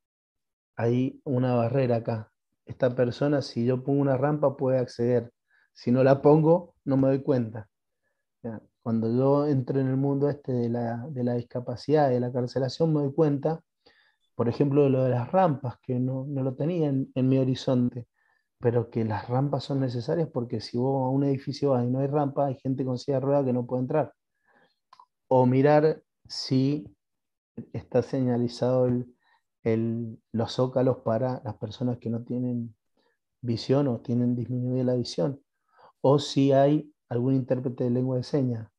hay una barrera acá. Esta persona, si yo pongo una rampa, puede acceder. Si no la pongo, no me doy cuenta. ¿Ya? Cuando yo entro en el mundo este de la discapacidad, de la carcelación, me doy cuenta, por ejemplo, de lo de las rampas, que no lo tenía en mi horizonte, pero que las rampas son necesarias porque si vos a un edificio vas y no hay rampa, hay gente con silla de ruedas que no puede entrar. O mirar si está señalizado los zócalos para las personas que no tienen visión o tienen disminuida la visión, o si hay algún intérprete de lengua de señas,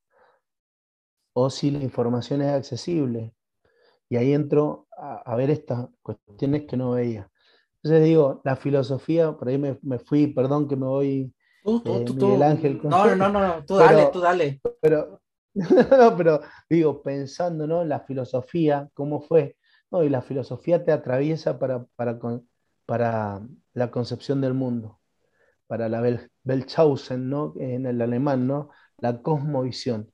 o si la información es accesible. Y ahí entro a ver estas cuestiones que no veía. Entonces digo, la filosofía, por ahí me fui, perdón que me voy, Miguel Tú. Ángel, No, tú pero, dale. pero, no, pero digo, pensando, ¿no? En la filosofía, ¿cómo fue? No, y la filosofía te atraviesa para la concepción del mundo, para la Weltanschauung, ¿no? En el alemán, ¿no? La cosmovisión.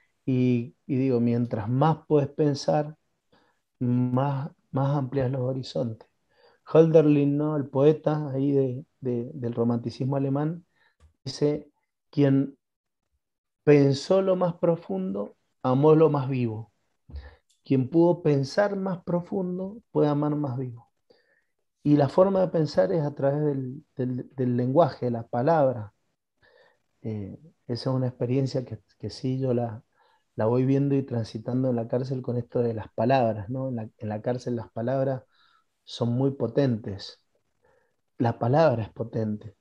Y digo, mientras más puedes pensar, más amplias los horizontes. Hölderlin, ¿no? El poeta ahí del romanticismo alemán, dice, quien pensó lo más profundo, amó lo más vivo. Quien pudo pensar más profundo, puede amar más vivo. Y la forma de pensar es a través del lenguaje, de la palabra. Esa es una experiencia que sí yo la voy viendo y transitando en la cárcel con esto de las palabras, ¿no? En la cárcel las palabras son muy potentes. La palabra es potente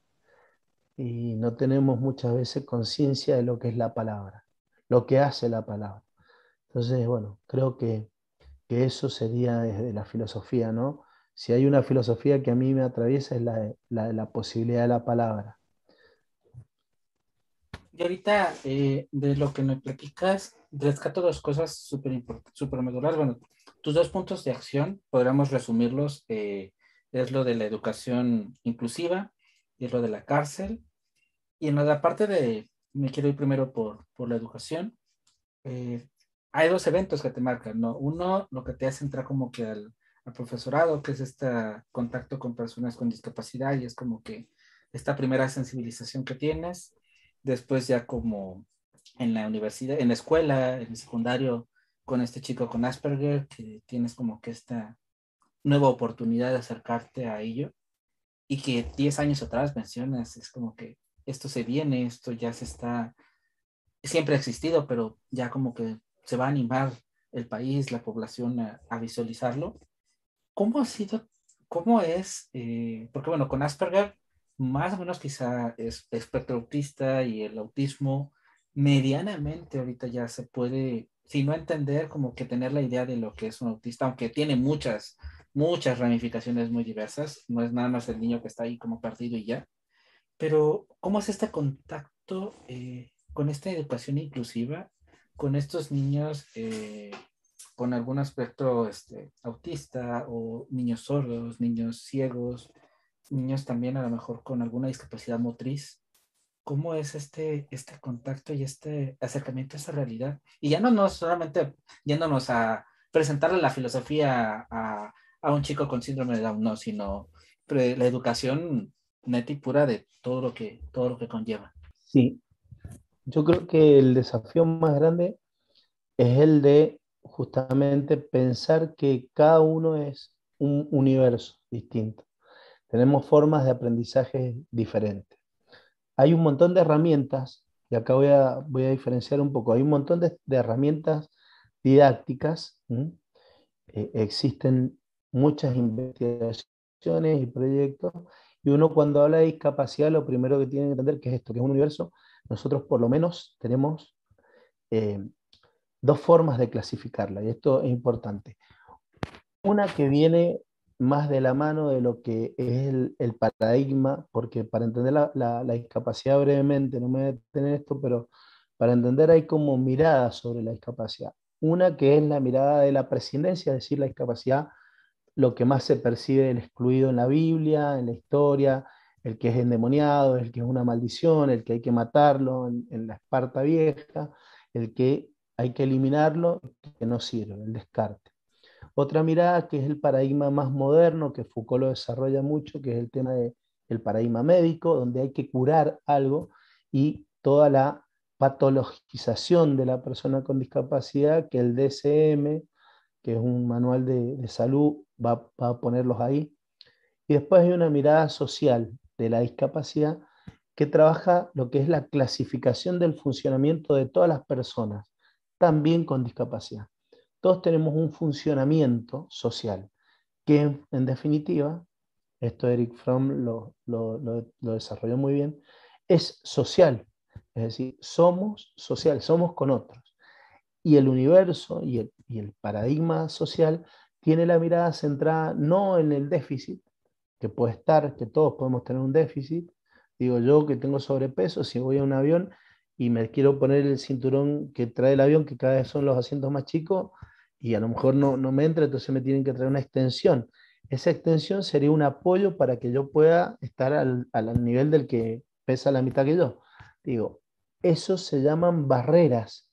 y no tenemos muchas veces conciencia de lo que es la palabra, lo que hace la palabra. Entonces, bueno, creo que eso sería desde la filosofía, ¿no? Si hay una filosofía que a mí me atraviesa es la posibilidad de la palabra. Y ahorita, de lo que me platicas, rescato dos cosas súper medulares. Bueno, tus dos puntos de acción, podríamos resumirlos, es lo de la educación inclusiva y es lo de la cárcel. Y en la parte de, me quiero ir primero por la educación. hay dos eventos que te marcan, ¿no? Uno, lo que te hace entrar como que al profesorado, que es este contacto con personas con discapacidad, y es como que esta primera sensibilización que tienes, después ya como en la universidad, en la escuela, en el secundario, con este chico con Asperger, que tienes como que esta nueva oportunidad de acercarte a ello, y que 10 años atrás mencionas, es como que esto se viene, esto ya se está, siempre ha existido, pero ya como que se va a animar el país, la población a visualizarlo. ¿Cómo ha sido, cómo es, porque bueno, con Asperger, más o menos quizá es espectro autista y el autismo, medianamente ahorita ya se puede, si no entender, como que tener la idea de lo que es un autista, aunque tiene muchas ramificaciones muy diversas, no es nada más el niño que está ahí como perdido y ya, pero ¿cómo es este contacto con esta educación inclusiva, con estos niños con algún aspecto autista o niños sordos, niños ciegos, niños también a lo mejor con alguna discapacidad motriz? ¿Cómo es este contacto y este acercamiento a esa realidad? Y ya no solamente yéndonos a presentarle la filosofía a un chico con síndrome de Down, no, sino la educación neta y pura de todo lo que conlleva. Sí, yo creo que el desafío más grande es el de justamente pensar que cada uno es un universo distinto. Tenemos formas de aprendizaje diferentes. Hay un montón de herramientas, y acá voy a diferenciar un poco, hay un montón de herramientas didácticas. Existen muchas investigaciones y proyectos, y uno cuando habla de discapacidad, lo primero que tiene que entender que es esto, que es un universo. Nosotros por lo menos tenemos eh, dos formas de clasificarla, y esto es importante. Una que viene más de la mano de lo que es el paradigma, porque para entender la discapacidad brevemente, no me voy a detener en esto, pero para entender hay como miradas sobre la discapacidad. Una que es la mirada de la prescindencia, es decir, la discapacidad, lo que más se percibe el excluido en la Biblia, en la historia, el que es endemoniado, el que es una maldición, el que hay que matarlo en la Esparta vieja, el que hay que eliminarlo, que no sirve, el descarte. Otra mirada que es el paradigma más moderno, que Foucault lo desarrolla mucho, que es el tema del paradigma médico, donde hay que curar algo, y toda la patologización de la persona con discapacidad, que el DSM, que es un manual de salud, va a ponerlos ahí. Y después hay una mirada social de la discapacidad que trabaja lo que es la clasificación del funcionamiento de todas las personas, también con discapacidad. Todos tenemos un funcionamiento social que, en definitiva, esto Eric Fromm lo desarrolló muy bien, es social. Es decir, somos sociales, somos con otros. Y el universo y el paradigma social tiene la mirada centrada no en el déficit, que puede estar, que todos podemos tener un déficit. Digo yo que tengo sobrepeso, si voy a un avión y me quiero poner el cinturón que trae el avión, que cada vez son los asientos más chicos, y a lo mejor no me entra, entonces me tienen que traer una extensión. Esa extensión sería un apoyo para que yo pueda estar al nivel del que pesa la mitad que yo. Digo, eso se llaman barreras.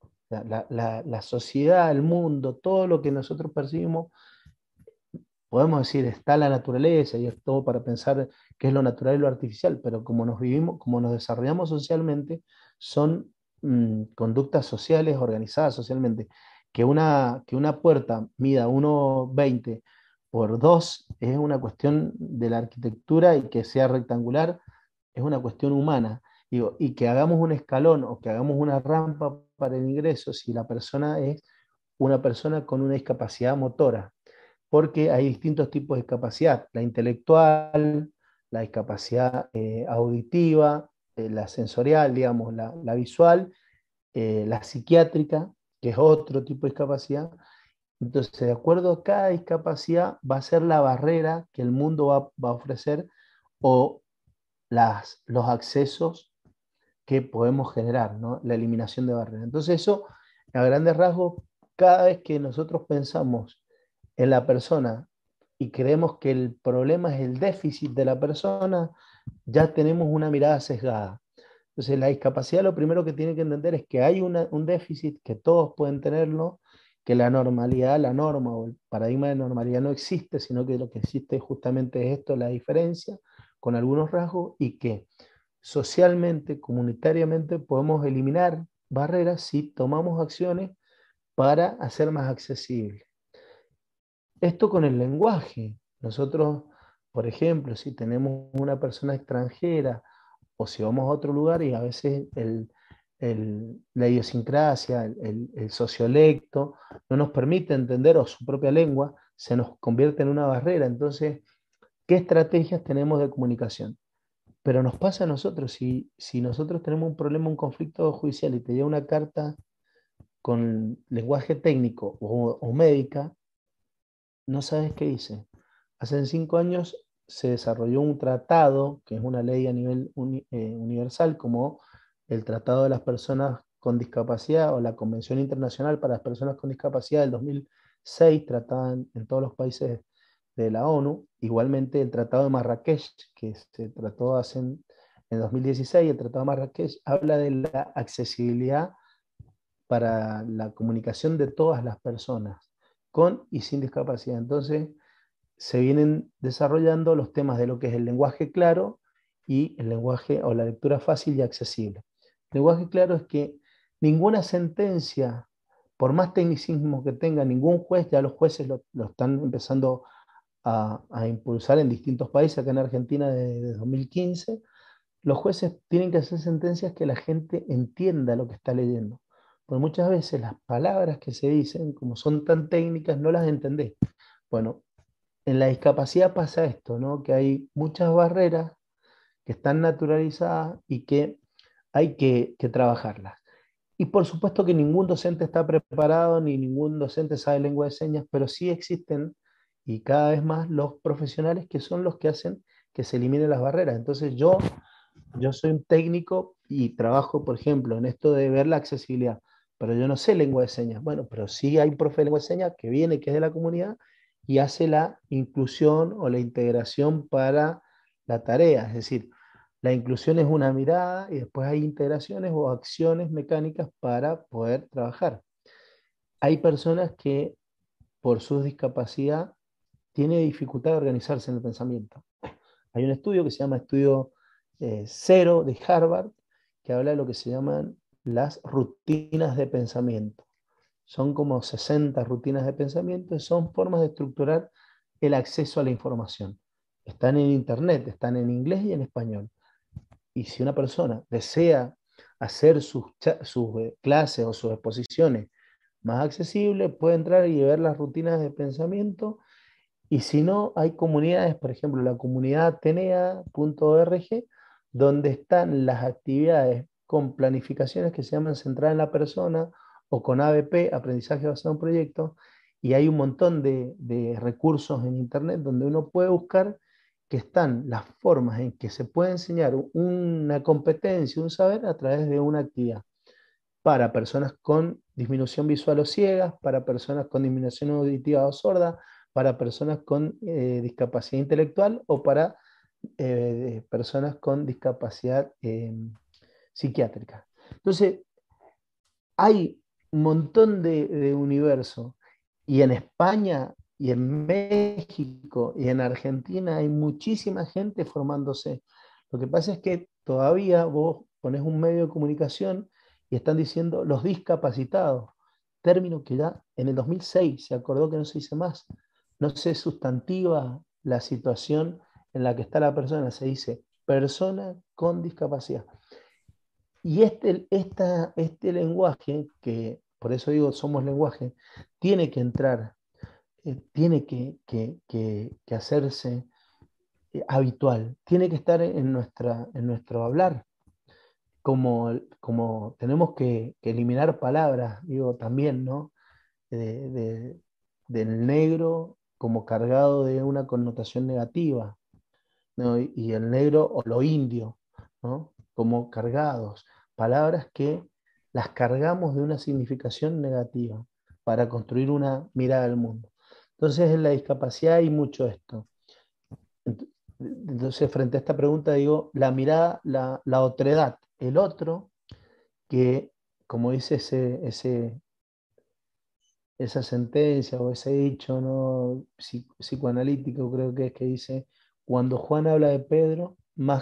La sociedad, el mundo, todo lo que nosotros percibimos, podemos decir, está la naturaleza y es todo para pensar qué es lo natural y lo artificial, pero como nos vivimos, como nos desarrollamos socialmente, son conductas sociales organizadas socialmente. Que una puerta mida 1,20 por 2 es una cuestión de la arquitectura, y que sea rectangular es una cuestión humana. Digo, y que hagamos un escalón o que hagamos una rampa para el ingreso si la persona es una persona con una discapacidad motora, porque hay distintos tipos de discapacidad: la intelectual, la discapacidad auditiva, la sensorial, digamos, la visual, la psiquiátrica, que es otro tipo de discapacidad. Entonces, de acuerdo a cada discapacidad, va a ser la barrera que el mundo va a ofrecer, o los accesos que podemos generar, ¿no? La eliminación de barreras. Entonces, eso, a grandes rasgos, cada vez que nosotros pensamos en la persona y creemos que el problema es el déficit de la persona, ya tenemos una mirada sesgada. Entonces, la discapacidad lo primero que tiene que entender es que hay un déficit, que todos pueden tenerlo, que la normalidad, la norma o el paradigma de normalidad no existe, sino que lo que existe justamente es esto, la diferencia, con algunos rasgos, y que socialmente, comunitariamente, podemos eliminar barreras si tomamos acciones para hacer más accesible. Esto con el lenguaje. Nosotros, por ejemplo, si tenemos una persona extranjera o si vamos a otro lugar y a veces la idiosincrasia, el sociolecto, no nos permite entender o su propia lengua, se nos convierte en una barrera. Entonces, ¿qué estrategias tenemos de comunicación? Pero nos pasa a nosotros, si nosotros tenemos un problema, un conflicto judicial y te llega una carta con lenguaje técnico o médica, no sabes qué dice. Hace 5 años se desarrolló un tratado, que es una ley a nivel universal, como el Tratado de las Personas con Discapacidad o la Convención Internacional para las Personas con Discapacidad del 2006, tratada en todos los países de la ONU. Igualmente el Tratado de Marrakech, que se trató en 2016, el Tratado de Marrakech habla de la accesibilidad para la comunicación de todas las personas, con y sin discapacidad. Entonces, se vienen desarrollando los temas de lo que es el lenguaje claro y el lenguaje o la lectura fácil y accesible. El lenguaje claro es que ninguna sentencia, por más tecnicismo que tenga, ningún juez, ya los jueces lo están empezando a impulsar en distintos países, acá en Argentina desde 2015, los jueces tienen que hacer sentencias que la gente entienda lo que está leyendo. Porque muchas veces las palabras que se dicen, como son tan técnicas, no las entendés. Bueno, en la discapacidad pasa esto, ¿no? Que hay muchas barreras que están naturalizadas y que hay que trabajarlas. Y por supuesto que ningún docente está preparado, ni ningún docente sabe lengua de señas, pero sí existen, y cada vez más, los profesionales que son los que hacen que se eliminen las barreras. Entonces yo soy un técnico y trabajo, por ejemplo, en esto de ver la accesibilidad, pero yo no sé lengua de señas. Bueno, pero sí hay un profe de lengua de señas que viene, que es de la comunidad, y hace la inclusión o la integración para la tarea. Es decir, la inclusión es una mirada y después hay integraciones o acciones mecánicas para poder trabajar. Hay personas que por su discapacidad tienen dificultad de organizarse en el pensamiento. Hay un estudio que se llama Estudio Cero de Harvard, que habla de lo que se llaman las rutinas de pensamiento. Son como 60 rutinas de pensamiento y son formas de estructurar el acceso a la información. Están en internet, están en inglés y en español. Y si una persona desea hacer sus clases o sus exposiciones más accesibles, puede entrar y ver las rutinas de pensamiento. Y si no, hay comunidades, por ejemplo, la comunidad atenea.org, donde están las actividades con planificaciones que se llaman centradas en la persona o con ABP, aprendizaje basado en proyectos, y hay un montón de recursos en Internet donde uno puede buscar que están las formas en que se puede enseñar una competencia, un saber a través de una actividad para personas con disminución visual o ciegas, para personas con disminución auditiva o sorda, para personas con discapacidad intelectual o para personas con discapacidad psiquiátrica. Entonces, hay un montón de universo y en España y en México y en Argentina hay muchísima gente formándose. Lo que pasa es que todavía vos pones un medio de comunicación y están diciendo los discapacitados, término que ya en el 2006 se acordó que no se dice más. No se sustantiva la situación en la que está la persona, se dice persona con discapacidad. Y este lenguaje, que por eso digo somos lenguaje, tiene que entrar, tiene que hacerse habitual, tiene que estar en nuestro hablar, como tenemos que eliminar palabras, digo también, ¿no? De- de- del negro como cargado de una connotación negativa, ¿no? Y el negro o lo indio, ¿no? Como cargados, palabras que las cargamos de una significación negativa para construir una mirada al mundo. Entonces, en la discapacidad hay mucho esto. Entonces, frente a esta pregunta, digo, la mirada, la otredad. el otro, que como dice esa sentencia o ese dicho, ¿no? Psicoanalítico, creo que es que dice, cuando Juan habla de Pedro,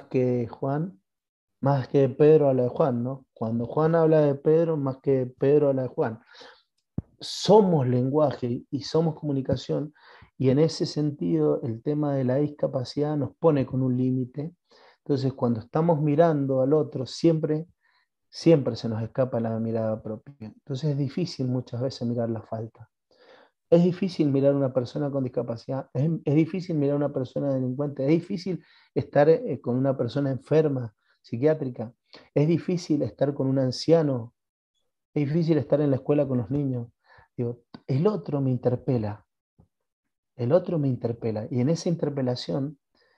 más que Pedro habla de Juan, ¿no? Cuando Juan habla de Pedro, más que Pedro habla de Juan. Somos lenguaje y somos comunicación, y en ese sentido el tema de la discapacidad nos pone con un límite. Entonces, cuando estamos mirando al otro, siempre se nos escapa la mirada propia. Entonces es difícil muchas veces mirar la falta. Es difícil mirar a una persona con discapacidad, es difícil mirar a una persona delincuente, es difícil estar con una persona enferma, psiquiátrica, es difícil estar con un anciano, es difícil estar en la escuela con los niños. Digo, el otro me interpela, el otro me interpela, y en esa interpelación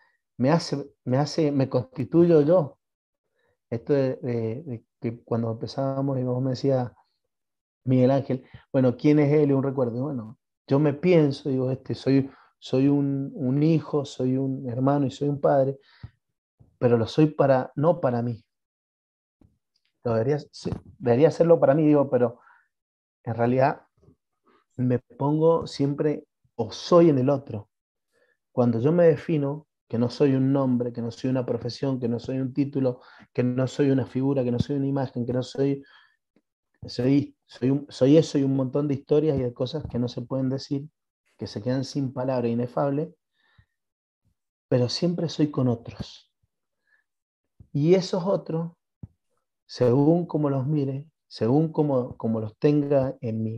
me constituyo yo. Esto de que cuando empezábamos y vos me decías, Miguel Ángel, bueno, ¿quién es él? Y un recuerdo. Y bueno, yo me pienso, digo, soy un hijo, soy un hermano y soy un padre, pero lo soy no para mí. Debería hacerlo para mí, digo, pero en realidad me pongo siempre o soy en el otro. Cuando yo me defino que no soy un nombre, que no soy una profesión, que no soy un título, que no soy una figura, que no soy una imagen, que no soy eso y un montón de historias y de cosas que no se pueden decir, que se quedan sin palabra, inefable, pero siempre soy con otros. Y esos otros, según como los mire, según como los tenga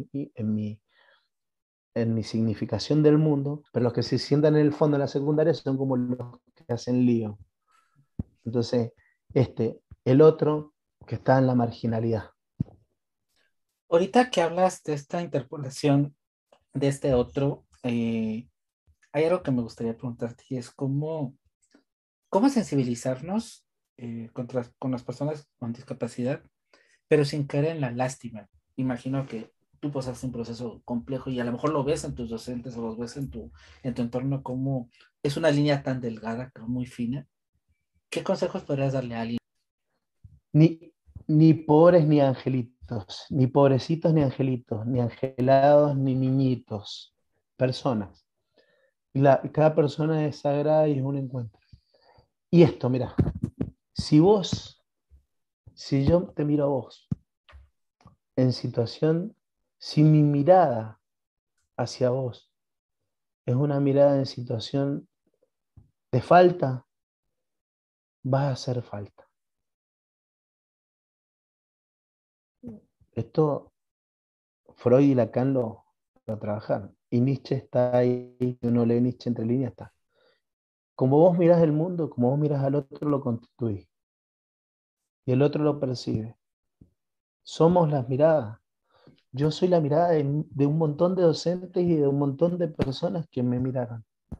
en mi significación del mundo, pero los que se sientan en el fondo de la secundaria son como los que hacen lío. Entonces, el otro que está en la marginalidad. Ahorita que hablas de esta interpolación de este otro, hay algo que me gustaría preguntarte y es cómo sensibilizarnos con las personas con discapacidad, pero sin caer en la lástima. Imagino que tú pasaste un proceso complejo y a lo mejor lo ves en tus docentes o los ves en tu entorno, como es una línea tan delgada, pero muy fina. ¿Qué consejos podrías darle a alguien? Ni, ni pobres ni angelitos, ni pobrecitos ni angelitos, ni angelados ni niñitos, personas. Cada persona es sagrada y es un encuentro. Y esto, mira, si vos, si yo te miro a vos en situación, si mi mirada hacia vos es una mirada en situación de falta, vas a hacer falta. Esto Freud y Lacan lo trabajaron. Y Nietzsche está ahí, uno lee Nietzsche entre líneas, está. Como vos mirás el mundo, como vos mirás al otro, lo constituís. Y el otro lo percibe. Somos las miradas. Yo soy la mirada de un montón de docentes y de un montón de personas que me miraron.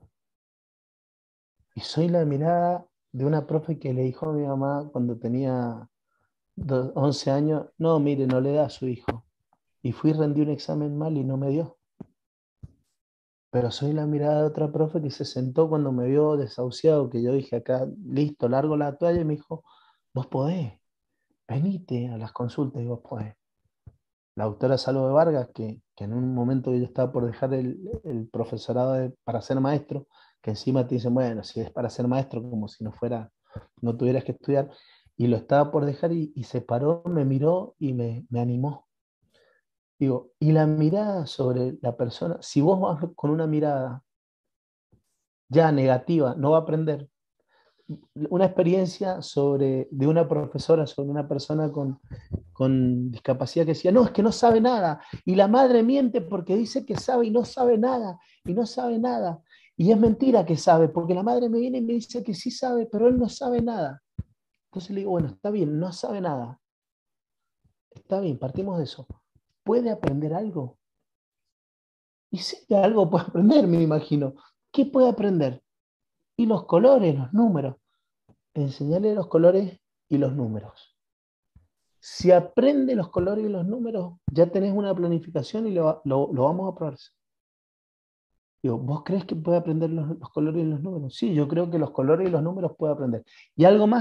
Y soy la mirada de una profe que le dijo a mi mamá cuando tenía 11 años, no, mire, no le da a su hijo. Y fui y rendí un examen mal y no me dio. Pero soy la mirada de otra profe que se sentó cuando me vio desahuciado, que yo dije acá, listo, largo la toalla, y me dijo, vos podés, venite a las consultas y vos podés. La doctora Salvo de Vargas, que en un momento yo estaba por dejar el profesorado para ser maestro, que encima te dicen, bueno, si es para ser maestro, como si no fuera, no tuvieras que estudiar, y lo estaba por dejar y se paró, me miró y me animó. Digo, y la mirada sobre la persona, si vos vas con una mirada ya negativa, no va a aprender. Una experiencia de una profesora sobre una persona con discapacidad que decía, no, es que no sabe nada. Y la madre miente porque dice que sabe y no sabe nada. Y no sabe nada. Y es mentira que sabe, porque la madre me viene y me dice que sí sabe, pero él no sabe nada. Entonces le digo, bueno, está bien, no sabe nada. Está bien, partimos de eso. ¿Puede aprender algo? Y sí que algo puede aprender, me imagino. ¿Qué puede aprender? Y los colores, los números. Enseñarle los colores y los números. Si aprende los colores y los números, ya tenés una planificación y lo vamos a probar. Digo, ¿vos crees que puede aprender los colores y los números? Sí, yo creo que los colores y los números puede aprender. Y algo más,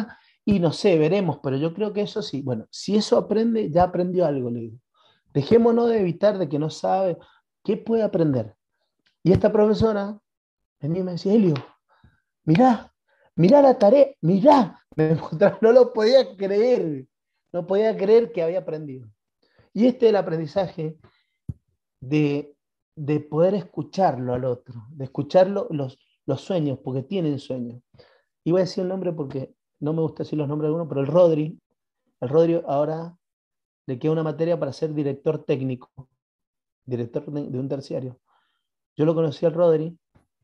Y no sé, veremos, pero yo creo que eso sí. Bueno, si eso aprende, ya aprendió algo, le digo. Dejémonos de evitar de que no sabe. ¿Qué puede aprender? Y esta profesora venía y me decía, Helio, mirá, mirá la tarea, mirá. Me mostraba, no lo podía creer. No podía creer que había aprendido. Y este es el aprendizaje de, de poder escucharlo al otro, de escucharlo los sueños, porque tienen sueños. Y voy a decir el nombre porque no me gusta decir los nombres de algunos, pero el Rodri ahora le queda una materia para ser director técnico, director de un terciario. Yo lo conocí al Rodri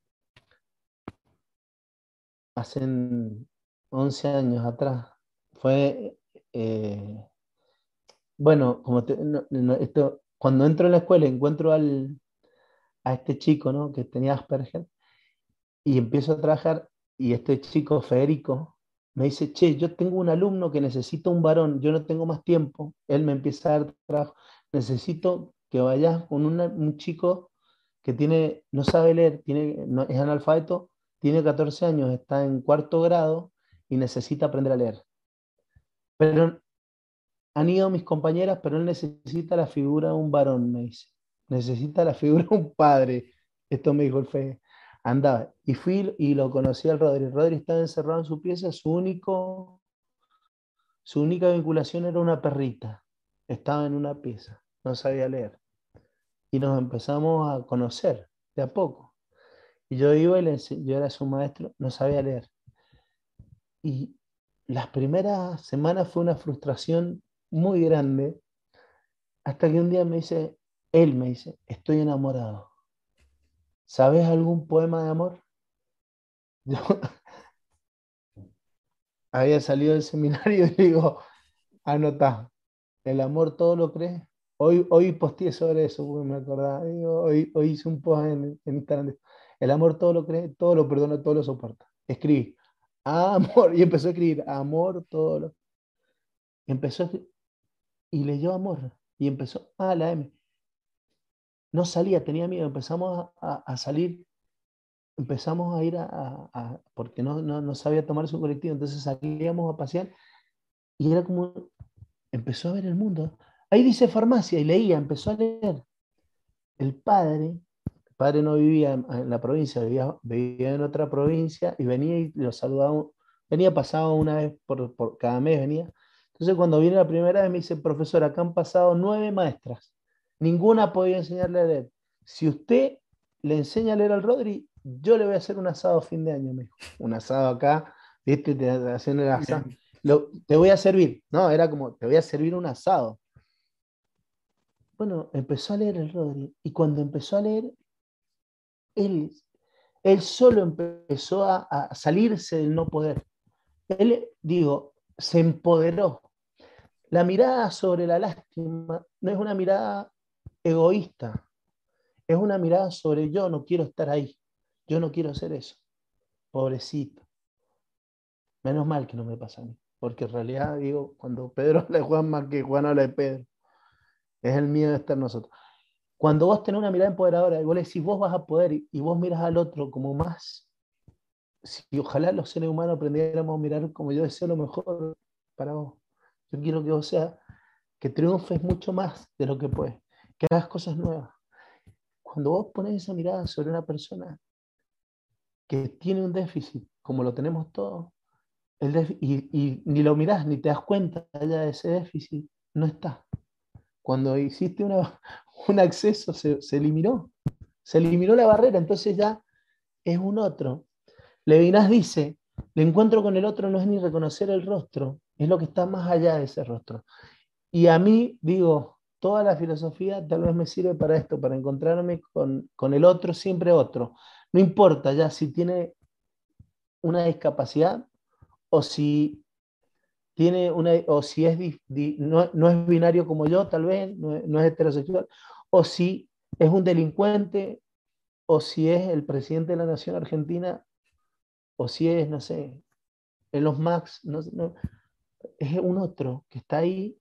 hace 11 años atrás. Fue, eh, bueno, cuando entro en la escuela encuentro a este chico, ¿no? Que tenía Asperger, y empiezo a trabajar, y este chico, Federico, me dice, che, yo tengo un alumno que necesita un varón, yo no tengo más tiempo, él me empieza a dar trabajo, necesito que vayas con un chico que no sabe leer, es analfabeto, tiene 14 años, está en cuarto grado y necesita aprender a leer. Pero han ido mis compañeras, pero él necesita la figura de un varón, me dice. Necesita la figura de un padre. Esto me dijo el Fede. Andaba. Y fui y lo conocí al Rodri. Rodri estaba encerrado en su pieza, su única vinculación era una perrita. Estaba en una pieza, no sabía leer. Y nos empezamos a conocer de a poco. Y yo iba y yo era su maestro, no sabía leer. Y las primeras semanas fue una frustración muy grande, hasta que un día él me dice, estoy enamorado. ¿Sabes algún poema de amor? Yo había salido del seminario y digo, anotá, el amor todo lo cree. Hoy posteé sobre eso, porque me acordaba. Digo, hoy hice un post en Instagram. El amor todo lo cree, todo lo perdona, todo lo soporta. Escribí, amor, y empezó a escribir, amor, todo lo. Y empezó y leyó amor. Y empezó, la M. No salía, tenía miedo. Empezamos a salir, empezamos a ir porque no sabía tomar su colectivo. Entonces salíamos a pasear y era como, empezó a ver el mundo. Ahí dice farmacia y leía, empezó a leer. El padre no vivía en la provincia, vivía en otra provincia y venía y lo saludaba, venía pasado una vez por cada mes, venía. Entonces cuando viene la primera vez me dice, profesor, acá han pasado 9 maestras, ninguna ha podido enseñarle a leer. Si usted le enseña a leer al Rodri, yo le voy a hacer un asado a fin de año, me dijo. Un asado acá, viste, te hacen el asado. Te voy a servir, no, era como, te voy a servir un asado. Bueno, empezó a leer el Rodri y cuando empezó a leer, él, él solo empezó a salirse del no poder. Él, digo, se empoderó. La mirada sobre la lástima no es una mirada egoísta, es una mirada sobre yo no quiero estar ahí, yo no quiero hacer eso, pobrecito. Menos mal que no me pasa a mí, porque en realidad, digo, cuando Pedro habla de Juan más que Juan habla de Pedro, es el miedo de estar nosotros. Cuando vos tenés una mirada empoderadora y vos le decís, vos vas a poder, y vos miras al otro como más, si ojalá los seres humanos aprendiéramos a mirar como yo deseo lo mejor para vos. Yo quiero que vos seas, que triunfes mucho más de lo que puedes, que hagas cosas nuevas. Cuando vos pones esa mirada sobre una persona que tiene un déficit, como lo tenemos todos, y ni lo mirás, ni te das cuenta ya de ese déficit, no está. Cuando hiciste un acceso, se eliminó la barrera, entonces ya es un otro. Levinas dice, el encuentro con el otro no es ni reconocer el rostro, es lo que está más allá de ese rostro. Y a mí, digo, toda la filosofía tal vez me sirve para esto, para encontrarme con el otro, siempre otro. No importa ya si tiene una discapacidad o si o si no es binario como yo, tal vez, no es heterosexual, o si es un delincuente, o si es el presidente de la nación argentina, o si es, no sé, en los Max, es un otro que está ahí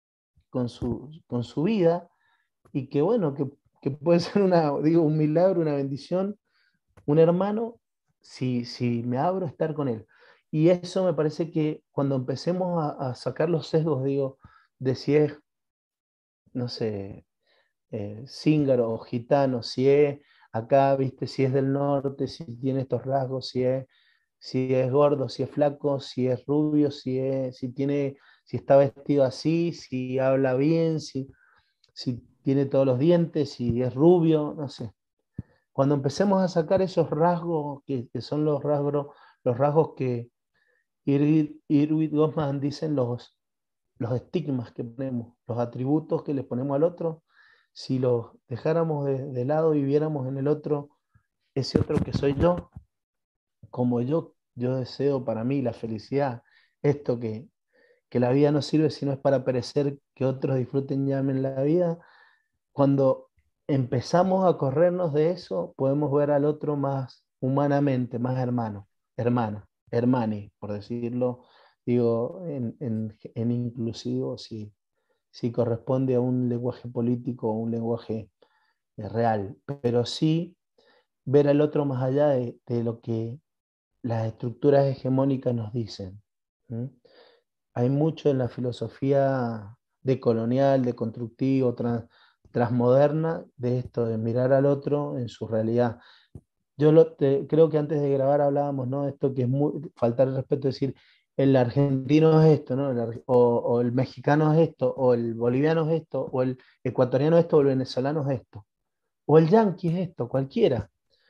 con su vida y que bueno, que puede ser un milagro, una bendición, un hermano, si me abro a estar con él. Y eso me parece que cuando empecemos a sacar los sesgos, digo, de si es, no sé, cíngaro o gitano, si es acá, viste, si es del norte, si tiene estos rasgos, si es gordo, si es flaco, si es rubio, si tiene, si está vestido así, si habla bien, si tiene todos los dientes, si es rubio, no sé. Cuando empecemos a sacar esos rasgos que son los rasgos que Irwin Goffman dicen los estigmas que ponemos, los atributos que le ponemos al otro, si los dejáramos de lado y viéramos en el otro ese otro que soy yo, como yo deseo para mí la felicidad, esto que la vida no sirve si no es para perecer, que otros disfruten y amen la vida. Cuando empezamos a corrernos de eso, podemos ver al otro más humanamente, más hermano, hermana, hermani, por decirlo, digo, en inclusivo, si corresponde a un lenguaje político o un lenguaje real, pero sí ver al otro más allá de lo que las estructuras hegemónicas nos dicen. ¿Mm? Hay mucho en la filosofía decolonial, deconstructivo, transmoderna, de esto, de mirar al otro en su realidad. Creo que antes de grabar hablábamos, ¿no? Esto que es faltar el respeto, decir, el argentino es esto, ¿no? O el mexicano es esto, o el boliviano es esto, o el ecuatoriano es esto, o el venezolano es esto, o el yanqui es esto, cualquiera.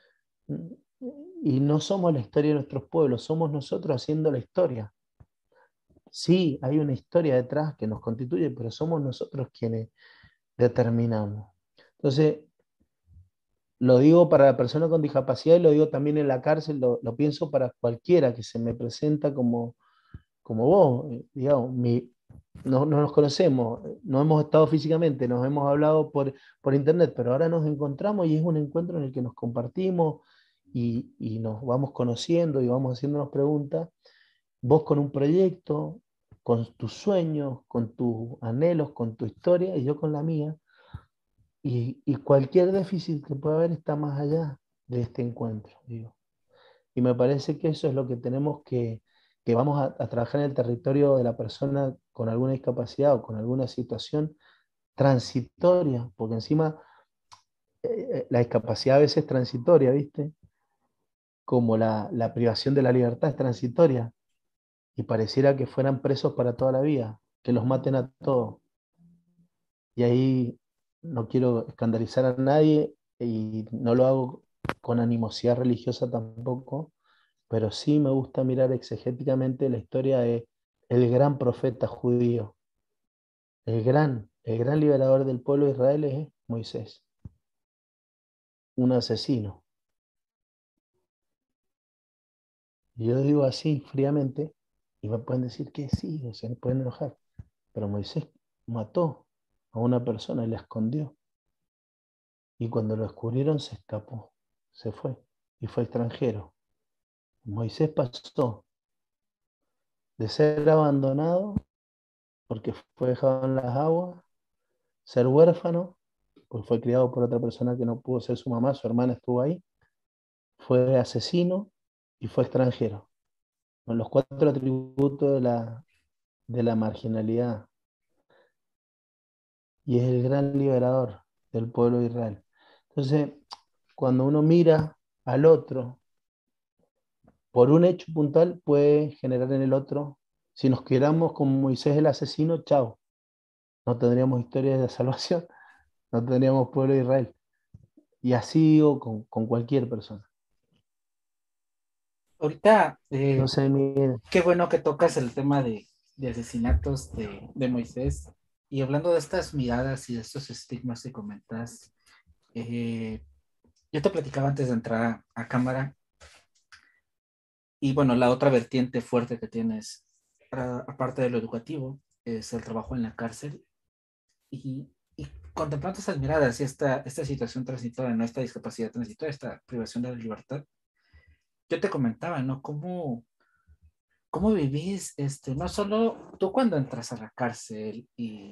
Y no somos la historia de nuestros pueblos, somos nosotros haciendo la historia. Sí, hay una historia detrás que nos constituye, pero somos nosotros quienes determinamos. Entonces, lo digo para la persona con discapacidad y lo digo también en la cárcel, lo pienso para cualquiera que se me presenta como vos, digamos, no nos conocemos, no hemos estado físicamente, nos hemos hablado por internet, pero ahora nos encontramos y es un encuentro en el que nos compartimos y nos vamos conociendo y vamos haciéndonos preguntas. Vos con un proyecto, con tus sueños, con tus anhelos, con tu historia y yo con la mía. Y cualquier déficit que pueda haber está más allá de este encuentro, digo. Y me parece que eso es lo que tenemos que vamos a trabajar en el territorio de la persona con alguna discapacidad o con alguna situación transitoria, porque encima la discapacidad a veces es transitoria, ¿viste? Como la privación de la libertad es transitoria y pareciera que fueran presos para toda la vida, que los maten a todos. Y ahí no quiero escandalizar a nadie y no lo hago con animosidad religiosa tampoco, pero sí me gusta mirar exegéticamente la historia de el gran profeta judío, el gran liberador del pueblo de Israel es Moisés, un asesino. Y yo digo así fríamente y me pueden decir que sí, o se me pueden enojar, pero Moisés mató a una persona y la escondió. Y cuando lo descubrieron se escapó, se fue y fue extranjero. Moisés pasó de ser abandonado porque fue dejado en las aguas, ser huérfano, porque fue criado por otra persona que no pudo ser su mamá, su hermana estuvo ahí, fue asesino y fue extranjero. Con los cuatro atributos de la marginalidad. Y es el gran liberador del pueblo de Israel. Entonces, cuando uno mira al otro por un hecho puntual, puede generar en el otro, si nos quedamos con Moisés el asesino, chao, no tendríamos historia de salvación, no tendríamos pueblo de Israel. Y así digo con cualquier persona. Ahorita, No sé, Miguel. qué bueno que tocas el tema de asesinatos de Moisés. Y hablando de estas miradas y de estos estigmas que comentas, eh, yo te platicaba antes de entrar a cámara, y bueno, la otra vertiente fuerte que tienes, aparte de lo educativo, es el trabajo en la cárcel. Y contemplando estas miradas y esta situación transitoria, no esta discapacidad transitoria, esta privación de la libertad, yo te comentaba, ¿no? ¿Cómo vivís, no solo tú cuando entras a la cárcel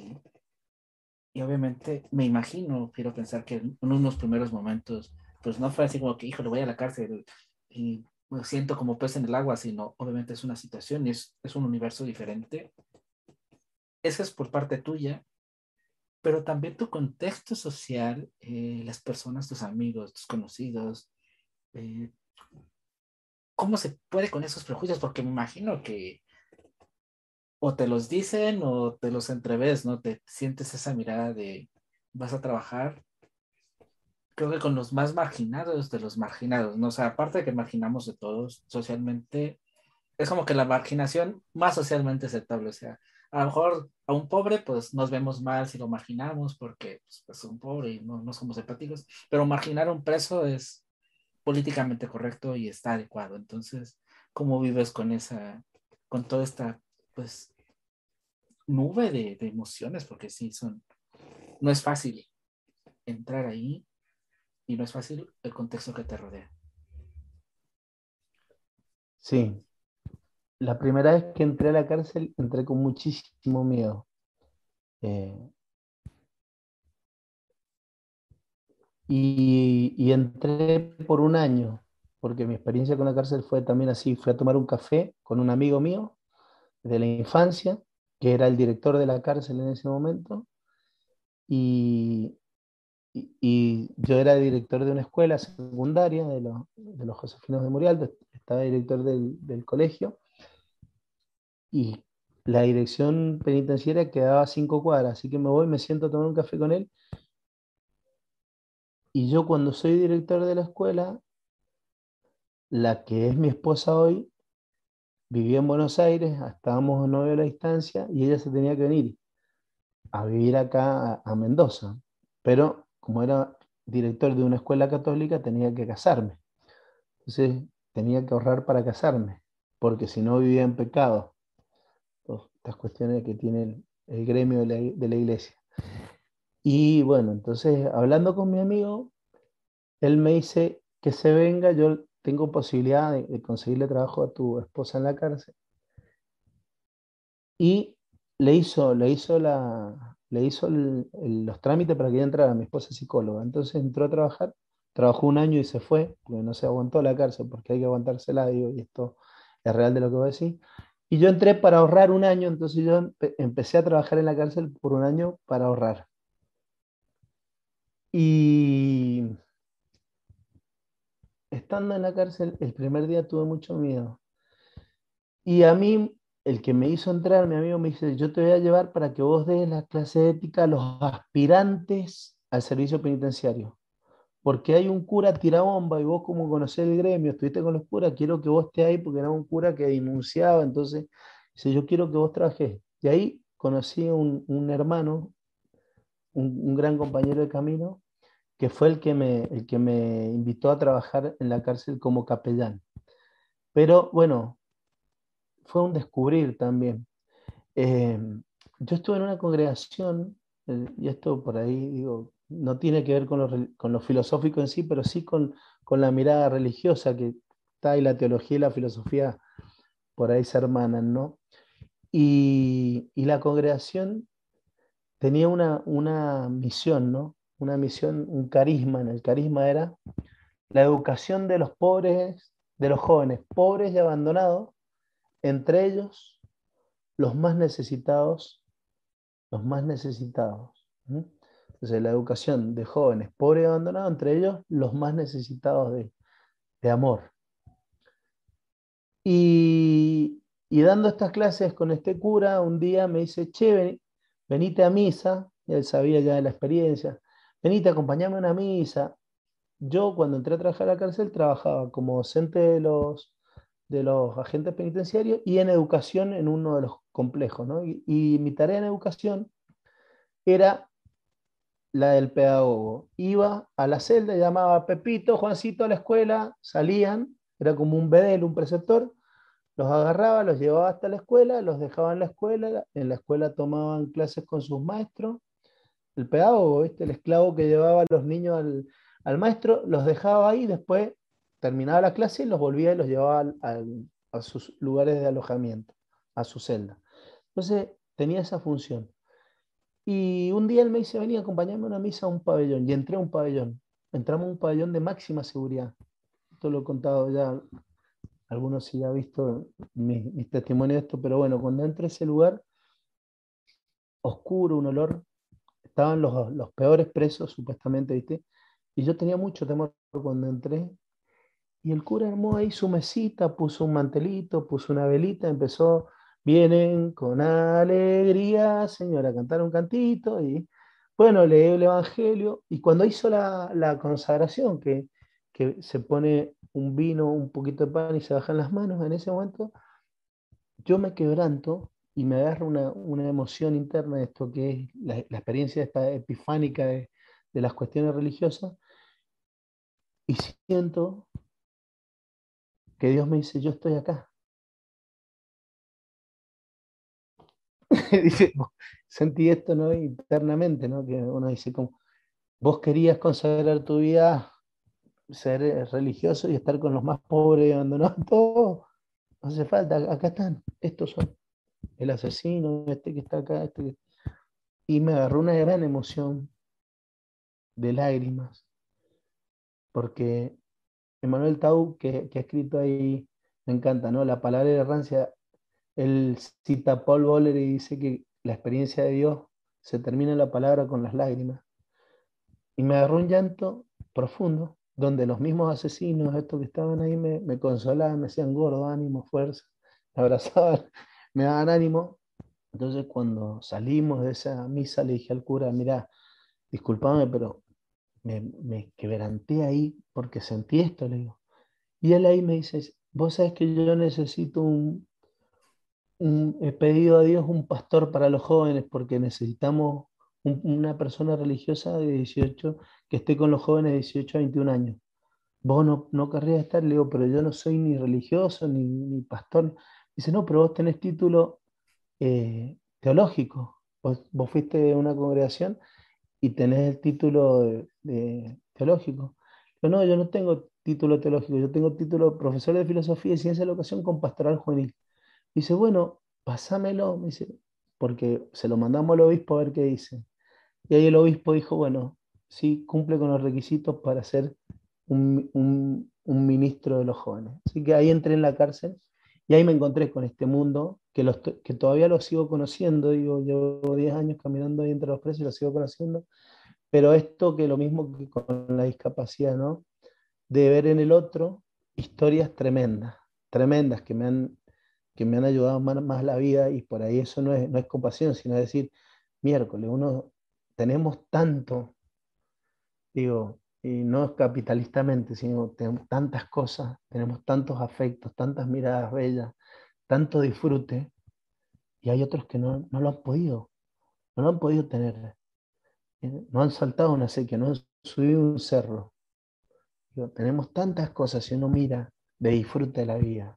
y obviamente me imagino, quiero pensar que en unos primeros momentos, pues no fue así como que, hijo, le voy a la cárcel y me siento como pez en el agua, sino obviamente es una situación y es un universo diferente. Esa es por parte tuya, pero también tu contexto social, las personas, tus amigos, tus conocidos, eh, ¿cómo se puede con esos prejuicios? Porque me imagino que o te los dicen o te los entreves, ¿no? Te sientes esa mirada de vas a trabajar, creo que con los más marginados de los marginados, ¿no? O sea, aparte de que marginamos de todos socialmente, es como que la marginación más socialmente aceptable, o sea, a lo mejor a un pobre pues nos vemos mal si lo marginamos porque pues, es un pobre y no somos empáticos, pero marginar a un preso es políticamente correcto y está adecuado. Entonces, ¿cómo vives con con toda esta, pues, nube de emociones? Porque sí, no es fácil entrar ahí y no es fácil el contexto que te rodea. Sí, la primera vez que entré a la cárcel entré con muchísimo miedo. Eh, y entré por un año, porque mi experiencia con la cárcel fue también así. Fui a tomar un café con un amigo mío de la infancia, que era el director de la cárcel en ese momento, y, y yo era director de una escuela secundaria de los Josefinos de Murialdo, estaba director del colegio, y la dirección penitenciaria quedaba a 5 cuadras, así que me voy, me siento a tomar un café con él, y yo cuando soy director de la escuela, la que es mi esposa hoy, vivía en Buenos Aires, estábamos novios a la distancia, y ella se tenía que venir a vivir acá a Mendoza, pero como era director de una escuela católica, tenía que casarme. Entonces tenía que ahorrar para casarme, porque si no vivía en pecado. Todas estas cuestiones que tiene el gremio de la iglesia. Y bueno, entonces hablando con mi amigo, él me dice que se venga, yo tengo posibilidad de conseguirle trabajo a tu esposa en la cárcel. Y le hizo los trámites para que ella entrara, mi esposa es psicóloga. Entonces entró a trabajar, trabajó un año y se fue, porque no se aguantó la cárcel, porque hay que aguantársela, digo, y esto es real de lo que voy a decir. Y yo entré para ahorrar un año, entonces yo empecé a trabajar en la cárcel por un año para ahorrar. Y estando en la cárcel, el primer día tuve mucho miedo. Y a mí, el que me hizo entrar, mi amigo, me dice, yo te voy a llevar para que vos des la clase de ética a los aspirantes al servicio penitenciario. Porque hay un cura tirabomba y vos como conocés el gremio, estuviste con los curas, quiero que vos estés ahí porque era un cura que denunciaba, entonces dice, yo quiero que vos trabajes. Y ahí conocí a un hermano, un gran compañero de camino, que fue el que me invitó a trabajar en la cárcel como capellán. Pero bueno, fue un descubrir también. Eh, yo estuve en una congregación, y esto por ahí digo, no tiene que ver con con lo filosófico en sí, pero sí con la mirada religiosa que está y la teología y la filosofía por ahí se hermanan, ¿no? Y la congregación tenía una misión, ¿no? Una misión, un carisma. En el carisma era la educación de los pobres, de los jóvenes pobres y abandonados, entre ellos los más necesitados los más necesitados. ¿Mm? Entonces, la educación de jóvenes pobres y abandonados, entre ellos los más necesitados de amor. Y dando estas clases con este cura, un día me dice, che, venite a misa, él sabía ya de la experiencia, venite, acompañame a una misa. Yo cuando entré a trabajar a la cárcel trabajaba como docente de los agentes penitenciarios y en educación en uno de los complejos, ¿no? Y mi tarea en educación era la del pedagogo. Iba a la celda, llamaba a Pepito, Juancito a la escuela, salían, era como un bedel, un preceptor, los agarraba, los llevaba hasta la escuela, los dejaba en la escuela tomaban clases con sus maestros, el pedagogo, ¿viste? El esclavo que llevaba a los niños al maestro, los dejaba ahí, después terminaba la clase y los volvía y los llevaba a sus lugares de alojamiento, a su celda. Entonces tenía esa función. Y un día él me dice, vení, acompañarme a una misa a un pabellón. Y entré a un pabellón. Entramos a un pabellón de máxima seguridad. Esto lo he contado ya algunos sí ya han visto mis testimonios de esto, pero bueno, cuando entré a ese lugar, oscuro, un olor, estaban los peores presos, supuestamente, ¿viste? Y yo tenía mucho temor cuando entré. Y el cura armó ahí su mesita, puso un mantelito, puso una velita, empezó, vienen con alegría, señora, a cantar un cantito. Y bueno, leí el Evangelio. Y cuando hizo la consagración, que se pone un vino, un poquito de pan y se bajan las manos, en ese momento yo me quebranto y me agarra una emoción interna de esto que es la experiencia esta epifánica de las cuestiones religiosas, y siento que Dios me dice, yo estoy acá. Dice, sentí esto, ¿no? Internamente, ¿no? Que uno dice, como, vos querías consagrar tu vida, ser religioso y estar con los más pobres y abandonados, todo, no hace falta, acá están, estos son, el asesino, este que está acá, y me agarró una gran emoción de lágrimas, porque Emmanuel Tau, que ha escrito ahí, me encanta, ¿no? La palabra de errancia, él cita a Paul Boller y dice que la experiencia de Dios se termina en la palabra con las lágrimas. Y me agarró un llanto profundo, donde los mismos asesinos, estos que estaban ahí, me consolaban, me decían gordo, ánimo, fuerza, me abrazaban, me daban ánimo. Entonces cuando salimos de esa misa le dije al cura, mira, discúlpame, pero me quebranté ahí porque sentí esto, le digo. Y él ahí me dice, vos sabés que yo necesito he pedido a Dios un pastor para los jóvenes porque necesitamos una persona religiosa de 18 que esté con los jóvenes de 18 a 21 años. Vos no querrías estar, le digo, pero yo no soy ni religioso ni pastor. Dice, no, pero vos tenés título teológico. Vos fuiste de una congregación y tenés el título de teológico. Pero no, yo no tengo título teológico, yo tengo título profesor de filosofía y ciencia de la educación con pastoral juvenil. Dice, bueno, pasámelo, me dice, porque se lo mandamos al obispo a ver qué dice. Y ahí el obispo dijo, bueno, sí, cumple con los requisitos para ser un ministro de los jóvenes. Así que ahí entré en la cárcel y ahí me encontré con este mundo que todavía lo sigo conociendo, digo, llevo 10 años caminando ahí entre los presos y lo sigo conociendo, pero esto que lo mismo que con la discapacidad, ¿no? De ver en el otro historias tremendas, tremendas que me han ayudado más la vida, y por ahí eso no es compasión, sino decir, miércoles, tenemos tanto, digo, y no capitalistamente, sino tenemos tantas cosas, tenemos tantos afectos, tantas miradas bellas, tanto disfrute, y hay otros que no lo han podido, no lo han podido tener, no han saltado una sequía, no han subido un cerro. Digo, tenemos tantas cosas si uno mira de disfrute de la vida.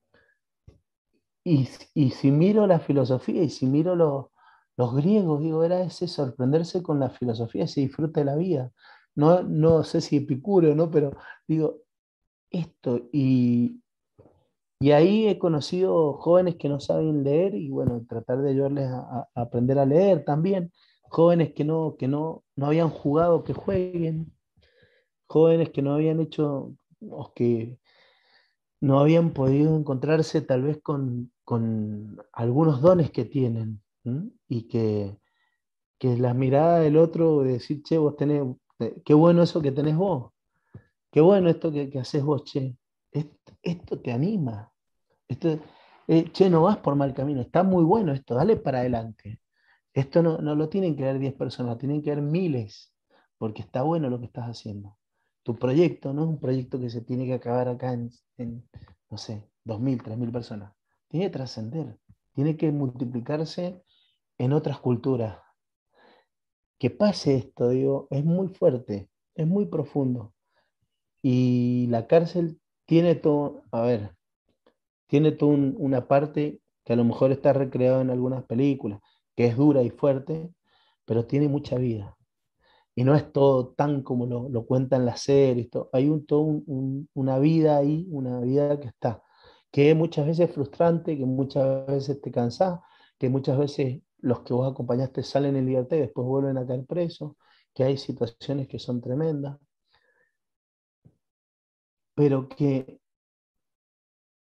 Y si miro la filosofía y si miro los griegos, digo, era ese sorprenderse con la filosofía, ese disfrute de la vida. No sé si Epicúreo, ¿no? Pero digo, esto, y ahí he conocido jóvenes que no saben leer y bueno, tratar de ayudarles a aprender a leer también. Jóvenes que no habían jugado, que jueguen. Jóvenes que no habían hecho, o que no habían podido encontrarse tal vez con algunos dones que tienen, ¿m? Y que la mirada del otro, de decir, che, vos tenés, qué bueno eso que tenés vos, qué bueno esto que haces vos, che, esto te anima, esto, che, no vas por mal camino, está muy bueno esto, dale para adelante. Esto no lo tienen que ver 10 personas, tienen que ver miles, porque está bueno lo que estás haciendo. Tu proyecto no es un proyecto que se tiene que acabar acá no sé, 2000, 3000 personas. Tiene que trascender, tiene que multiplicarse en otras culturas. Que pase esto, digo, es muy fuerte, es muy profundo. Y la cárcel tiene todo, a ver, tiene toda una parte que a lo mejor está recreada en algunas películas, que es dura y fuerte, pero tiene mucha vida. Y no es todo tan como lo cuentan las series. Hay una vida ahí, una vida que muchas veces es frustrante, que muchas veces te cansás, que muchas veces los que vos acompañaste salen en libertad y después vuelven a caer presos, que hay situaciones que son tremendas, pero que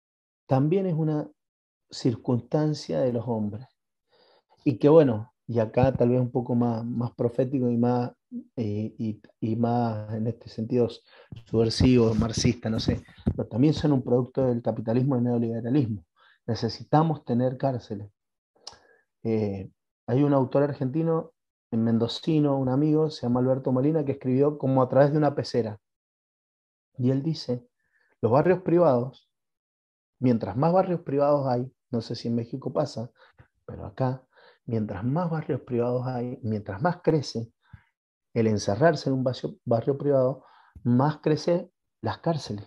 también es una circunstancia de los hombres. Y que bueno, y acá tal vez un poco más profético y más en este sentido subversivo, marxista, no sé, pero también son un producto del capitalismo y neoliberalismo. Necesitamos tener cárceles. Hay un autor argentino, en mendocino, un amigo, se llama Alberto Molina, que escribió como a través de una pecera. Y él dice, los barrios privados, mientras más barrios privados hay, no sé si en México pasa, pero acá, mientras más barrios privados hay, mientras más crece el encerrarse en un barrio privado, más crece las cárceles.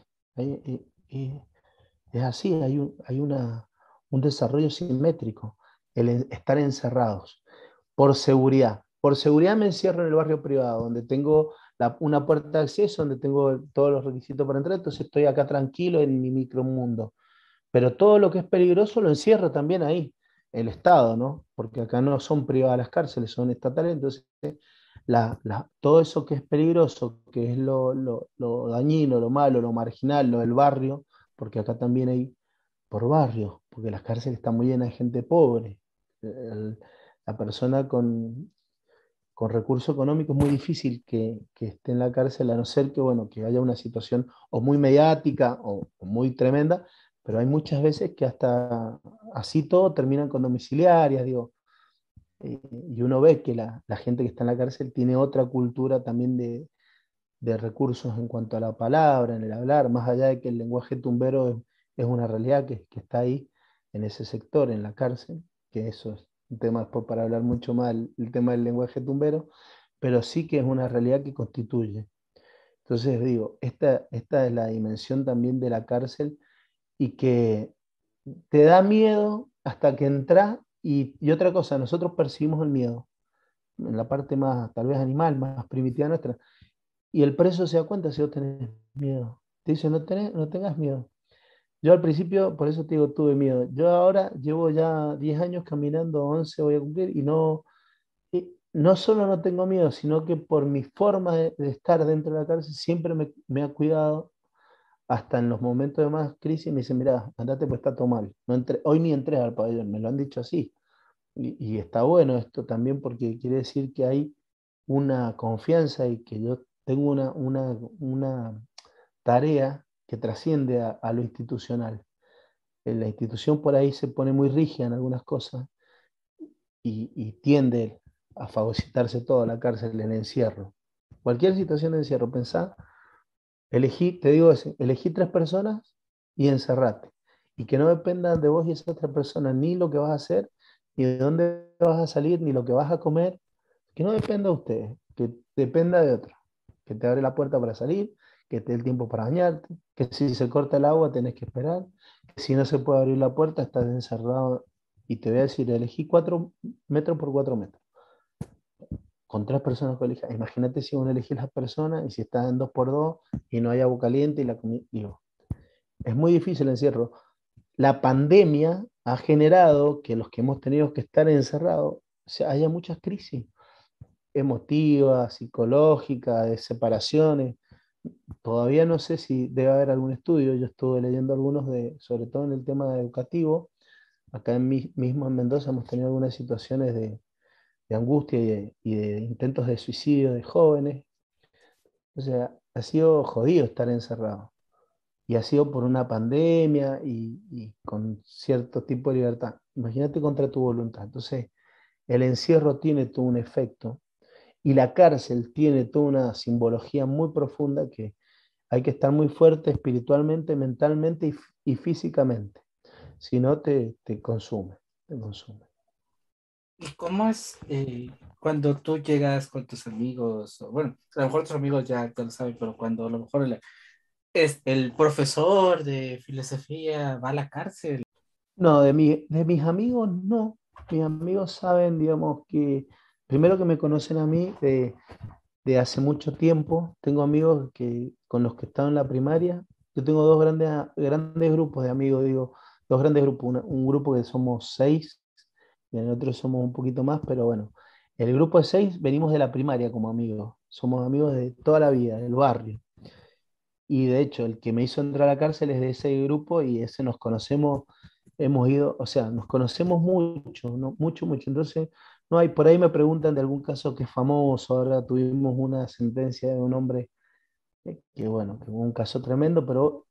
Es así, un desarrollo simétrico, estar encerrados por seguridad. Por seguridad me encierro en el barrio privado, donde tengo una puerta de acceso, donde tengo todos los requisitos para entrar, entonces estoy acá tranquilo en mi micromundo. Pero todo lo que es peligroso lo encierra también ahí, el Estado, ¿no? Porque acá no son privadas las cárceles, son estatales, entonces todo eso que es peligroso, que es lo dañino, lo malo, lo marginal, lo del barrio, porque acá también hay por barrios, porque las cárceles están muy llenas de gente pobre. El- la persona con recurso económico es muy difícil que esté en la cárcel, a no ser que, bueno, que haya una situación o muy mediática o muy tremenda, pero hay muchas veces que hasta así todo terminan con domiciliarias, digo, y uno ve que la gente que está en la cárcel tiene otra cultura también de recursos en cuanto a la palabra, en el hablar, más allá de que el lenguaje tumbero es una realidad que está ahí, en ese sector, en la cárcel, que eso es un tema después para hablar mucho más, el tema del lenguaje tumbero, pero sí que es una realidad que constituye. Entonces digo, esta es la dimensión también de la cárcel y que te da miedo hasta que entras y otra cosa, nosotros percibimos el miedo en la parte más, tal vez animal, más primitiva nuestra, y el preso se da cuenta si vos tenés miedo. Te dice, no tengas miedo. Yo al principio, por eso te digo, tuve miedo. Yo ahora llevo ya 10 años caminando, 11 voy a cumplir, y no solo no tengo miedo, sino que por mi forma de estar dentro de la cárcel siempre me ha cuidado, hasta en los momentos de más crisis, me dice, mira, andate pues está todo mal. No hoy ni entré al pabellón, me lo han dicho así. Y está bueno esto también porque quiere decir que hay una confianza y que yo tengo una tarea que trasciende a lo institucional. La institución por ahí se pone muy rígida en algunas cosas y tiende a fagocitarse todo, la cárcel, el encierro. Cualquier situación de encierro, pensá, te digo, elegí tres personas y encerrate. Y que no dependan de vos y esas tres personas, ni lo que vas a hacer, ni de dónde vas a salir, ni lo que vas a comer, que no dependa de ustedes, que dependa de otro, que te abre la puerta para salir, que te dé el tiempo para bañarte, que si se corta el agua tenés que esperar, que si no se puede abrir la puerta estás encerrado. Y te voy a decir, elegí 4 metros por 4 metros, con tres personas que elijas. Imagínate si uno elegir las personas y si estás en 2 por 2 y no hay agua caliente y la comida, digo, es muy difícil el encierro. La pandemia ha generado que los que hemos tenido que estar encerrados, haya muchas crisis emotivas, psicológicas, de separaciones. Todavía no sé si debe haber algún estudio, yo estuve leyendo algunos sobre todo en el tema educativo. Acá mismo en Mendoza hemos tenido algunas situaciones de angustia y de intentos de suicidio de jóvenes. O sea, ha sido jodido estar encerrado. Y ha sido por una pandemia y con cierto tipo de libertad. Imagínate contra tu voluntad. Entonces, el encierro tiene todo un efecto y la cárcel tiene toda una simbología muy profunda que hay que estar muy fuerte espiritualmente, mentalmente y físicamente. Si no, te consume, te consume. ¿Y cómo es cuando tú llegas con tus amigos? O, bueno, a lo mejor tus amigos ya lo saben, pero cuando a lo mejor es el profesor de filosofía va a la cárcel. No, de mis amigos no. Mis amigos saben, digamos, que primero que me conocen a mí de hace mucho tiempo. Tengo amigos con los que he estado en la primaria. Yo tengo dos grandes grupos de amigos, digo, dos grandes grupos. Un grupo que somos 6 y en el otro somos un poquito más, pero bueno, el grupo de 6 venimos de la primaria como amigos. Somos amigos de toda la vida, del barrio. y de hecho el que me hizo entrar a la cárcel es de ese grupo y ese nos conocemos, hemos ido, o sea, nos conocemos mucho, ¿no? Mucho, mucho. Entonces, no hay, por ahí me preguntan de algún caso que es famoso, ahora tuvimos una sentencia de un hombre que bueno, que fue un caso tremendo, pero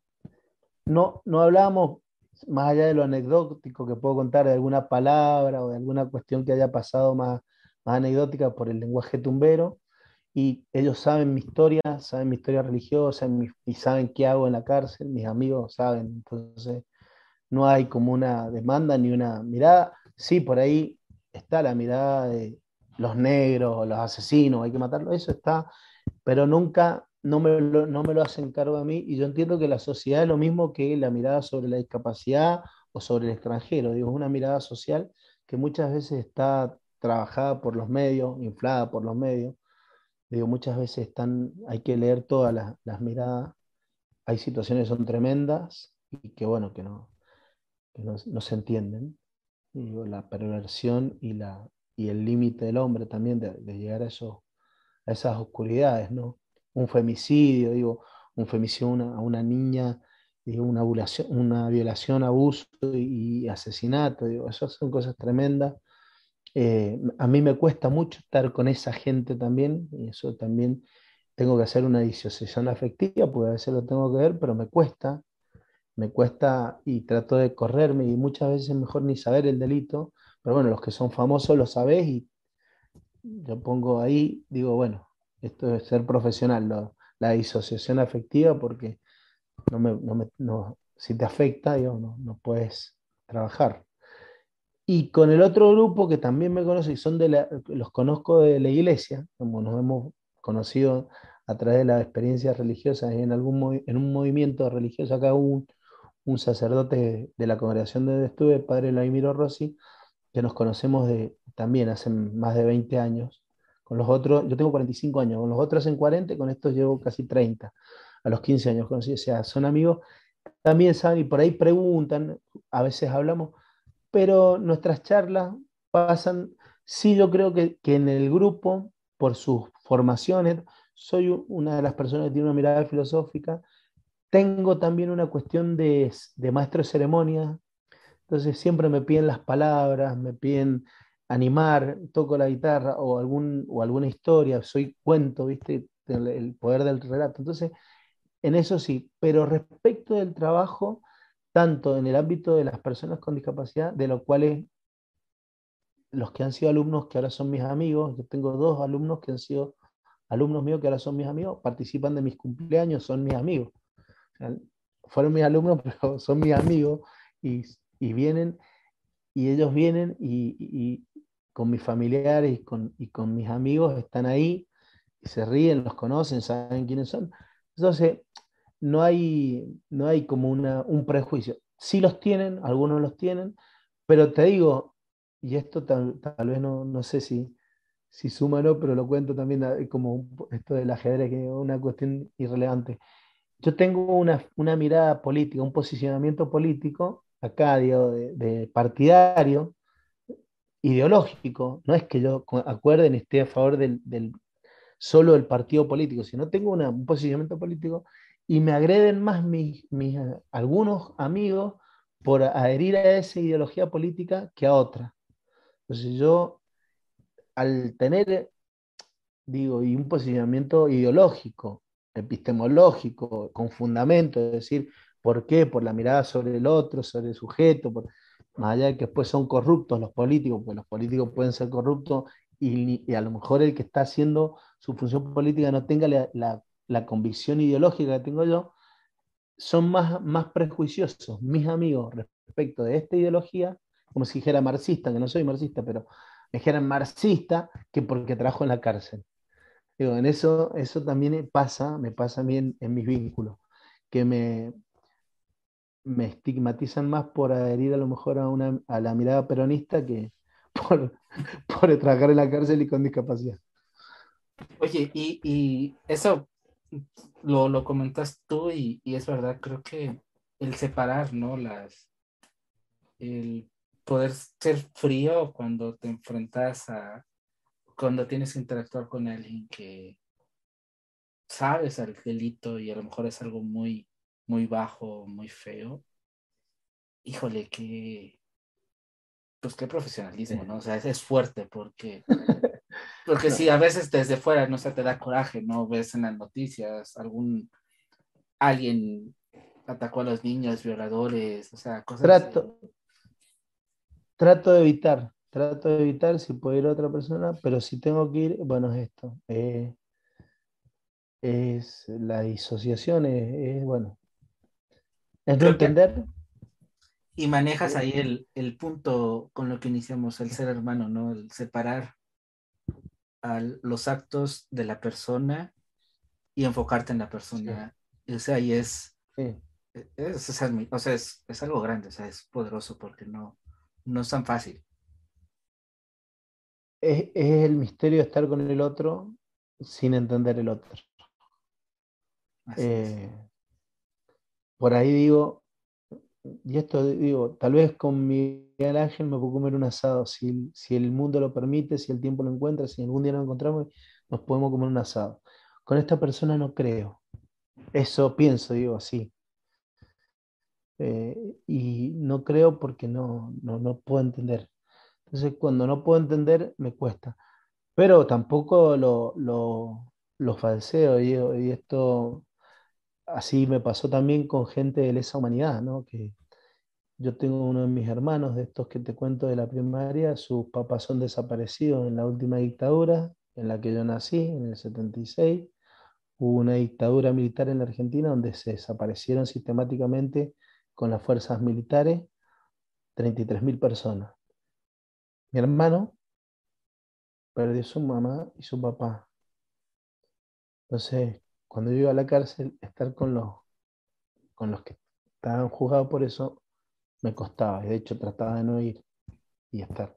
no hablábamos más allá de lo anecdótico que puedo contar de alguna palabra o de alguna cuestión que haya pasado más anecdótica por el lenguaje tumbero. Y ellos saben mi historia religiosa y saben qué hago en la cárcel, mis amigos saben. Entonces, no hay como una demanda ni una mirada. Sí, por ahí está la mirada de los negros o los asesinos, hay que matarlos, eso está, pero nunca no me lo hacen cargo a mí y yo entiendo que la sociedad es lo mismo que la mirada sobre la discapacidad o sobre el extranjero, digo, es una mirada social que muchas veces está trabajada por los medios, inflada por los medios, digo, muchas veces hay que leer todas las miradas, hay situaciones que son tremendas y que bueno, que no se entienden, digo, la perversión y el límite del hombre también de llegar a esas oscuridades, ¿no? Un femicidio, digo, un femicidio a una niña, digo, una violación, abuso y asesinato, digo, esas son cosas tremendas. A mí me cuesta mucho estar con esa gente también, y eso también tengo que hacer una disociación afectiva, porque a veces lo tengo que ver, pero me cuesta y trato de correrme y muchas veces es mejor ni saber el delito, pero bueno, los que son famosos lo sabés y yo pongo ahí, digo, bueno, esto es ser profesional, la disociación afectiva, porque si te afecta, digo, no puedes trabajar. Y con el otro grupo que también me conoce y los conozco de la iglesia, como nos hemos conocido a través de las experiencias religiosas en un movimiento religioso, acá hubo un sacerdote de la congregación donde estuve, el padre Laimiro Rossi, que nos conocemos también hace más de 20 años. Con los otros, yo tengo 45 años, con los otros en 40, con estos llevo casi 30. A los 15 años conocí, o sea, son amigos, también saben y por ahí preguntan, a veces hablamos, pero nuestras charlas pasan, sí, yo creo que en el grupo, por sus formaciones, soy una de las personas que tiene una mirada filosófica, tengo también una cuestión de maestro de ceremonia, entonces siempre me piden las palabras, me piden animar, toco la guitarra o alguna historia, soy cuento, ¿viste? El poder del relato. Entonces, en eso sí, pero respecto del trabajo, tanto en el ámbito de las personas con discapacidad, de los cuales los que han sido alumnos que ahora son mis amigos, yo tengo dos alumnos que han sido alumnos míos que ahora son mis amigos, participan de mis cumpleaños, son mis amigos. O sea, fueron mis alumnos, pero son mis amigos y, y vienen y ellos vienen y con mis familiares y con mis amigos están ahí y se ríen, los conocen, saben quiénes son. Entonces, no hay como un prejuicio. Sí los tienen, algunos los tienen, pero te digo, y esto tal vez no sé si suma o no, pero lo cuento también como esto del ajedrez, que es una cuestión irrelevante. Yo tengo una mirada política, un posicionamiento político, acá, digo, de partidario, ideológico. No es que yo acuerde ni esté a favor solo del partido político, sino tengo un posicionamiento político y me agreden más algunos amigos por adherir a esa ideología política que a otra. Entonces yo, al tener, digo, y un posicionamiento ideológico, epistemológico, con fundamento, es decir, ¿por qué? Por la mirada sobre el otro, sobre el sujeto, más allá de que después son corruptos los políticos, pues los políticos pueden ser corruptos y a lo mejor el que está haciendo su función política no tenga la convicción ideológica que tengo yo, son más prejuiciosos mis amigos respecto de esta ideología, como si dijera marxista, que no soy marxista, pero me dijeran marxista que porque trabajo en la cárcel. Digo, en eso también me pasa a mí en mis vínculos, que me estigmatizan más por adherir a lo mejor a la mirada peronista que por, por trabajar en la cárcel y con discapacidad. Oye, y eso lo comentas tú y es verdad, creo que el separar, ¿no? El poder ser frío cuando te enfrentas cuando tienes que interactuar con alguien que sabes el delito y a lo mejor es algo muy, muy bajo, muy feo, híjole, pues qué profesionalismo, ¿no? O sea, es fuerte porque sí, No, a veces desde fuera, no sé, te da coraje, ¿no? Ves en las noticias alguien atacó a los niños, violadores, o sea, cosas así. trato, trato de evitar si puede ir otra persona, pero si tengo que ir, bueno, es esto. Es la disociación, bueno, es no Creo que, entender. y manejas eh, ahí el punto con lo que iniciamos, el ser hermano, ¿no? El separar los actos de la persona y enfocarte en la sí, persona. O sea, y sí. o sea, es algo grande, o sea, es poderoso porque no es tan fácil. Es el misterio de estar con el otro sin entender el otro. Así es. Eh, por ahí digo, y esto digo, tal vez con Miguel Ángel me puedo comer un asado, si el mundo lo permite, si el tiempo lo encuentra, si algún día nos encontramos, nos podemos comer un asado. Con esta persona no creo. Eso pienso, digo así. Y no creo porque no puedo entender. Entonces, cuando no puedo entender, me cuesta. Pero tampoco lo falseo, digo, y esto así me pasó también con gente de lesa humanidad, ¿no? Que yo tengo uno de mis hermanos, de estos que te cuento de la primaria, sus papás son desaparecidos en la última dictadura en la que yo nací, en el 76. Hubo una dictadura militar en la Argentina donde se desaparecieron sistemáticamente con las fuerzas militares 33.000 personas. Mi hermano perdió su mamá y su papá. Entonces, cuando yo iba a la cárcel, estar con los que estaban juzgados por eso me costaba. Y de hecho, trataba de no ir y estar.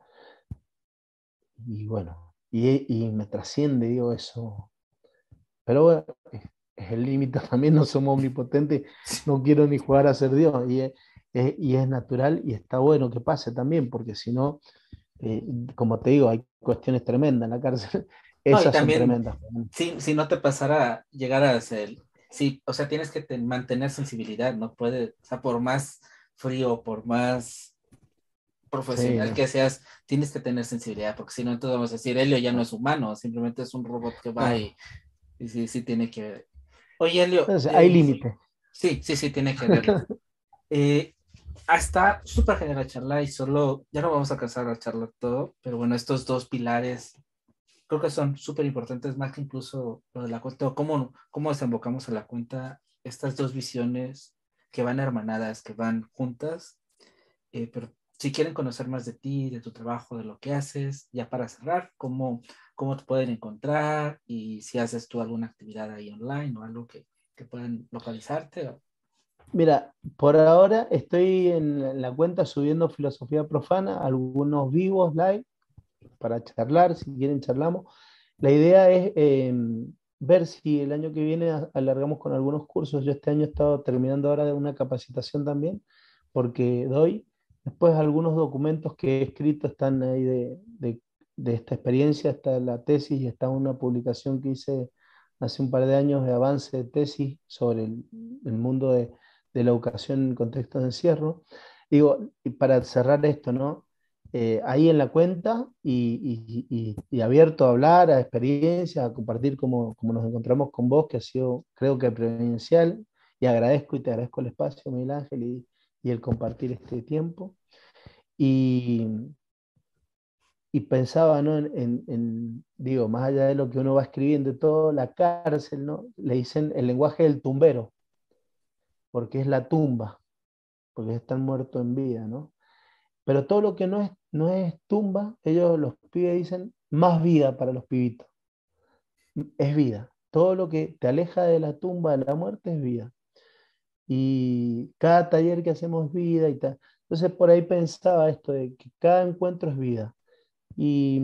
Y bueno, y me trasciende, digo, eso. Pero bueno, es el límite también, no somos omnipotentes, no quiero ni jugar a ser Dios. Y es natural y está bueno que pase también, porque si no, eh, como te digo, hay cuestiones tremendas en la cárcel. No, y Esas son también, tremendas. si no te pasara llegar a ser, sí, o sea, tienes que mantener sensibilidad, no puede, o sea, por más frío, por más Sí, profesional no. que seas, tienes que tener sensibilidad, porque si no, entonces vamos a decir, Helio ya no es humano, simplemente es un robot que va No. y sí, sí tiene que ver. Oye, Helio, Entonces, hay límites. sí, sí, sí, tiene que verlo. Eh, Está súper genial la charla y solo, ya no vamos a alcanzar a charlar todo, pero bueno, estos dos pilares creo que son súper importantes, más que incluso lo de la cuenta, o cómo desembocamos a la cuenta, estas dos visiones que van hermanadas, que van juntas, pero si quieren conocer más de ti, de tu trabajo, de lo que haces, ya para cerrar, cómo te pueden encontrar y si haces tú alguna actividad ahí online o algo que puedan localizarte. Mira, por ahora estoy en la cuenta subiendo filosofía profana, algunos vivos live para charlar, si quieren charlamos. La idea es ver si el año que viene alargamos con algunos cursos. Yo este año he estado terminando ahora de una capacitación también, porque doy. Después algunos documentos que he escrito están ahí de esta experiencia, está la tesis y está una publicación que hice hace un par de años de avance de tesis sobre el mundo de la educación en contextos de encierro. Digo, y para cerrar esto, ¿no? Ahí en la cuenta y abierto a hablar, a experiencias, a compartir como nos encontramos con vos, que ha sido, creo que, presencial. Y agradezco y te agradezco el espacio, Miguel Ángel, y el compartir este tiempo. Y, y pensaba, ¿no? Digo, más allá de lo que uno va escribiendo y todo, la cárcel, ¿no? Le dicen el lenguaje del tumbero, porque es la tumba, porque están muertos en vida, ¿no? Pero todo lo que no es tumba, ellos, los pibes dicen, más vida para los pibitos. Es vida. Todo lo que te aleja de la tumba, de la muerte, es vida. Y cada taller que hacemos es vida y tal. Entonces por ahí pensaba esto de que cada encuentro es vida. Y,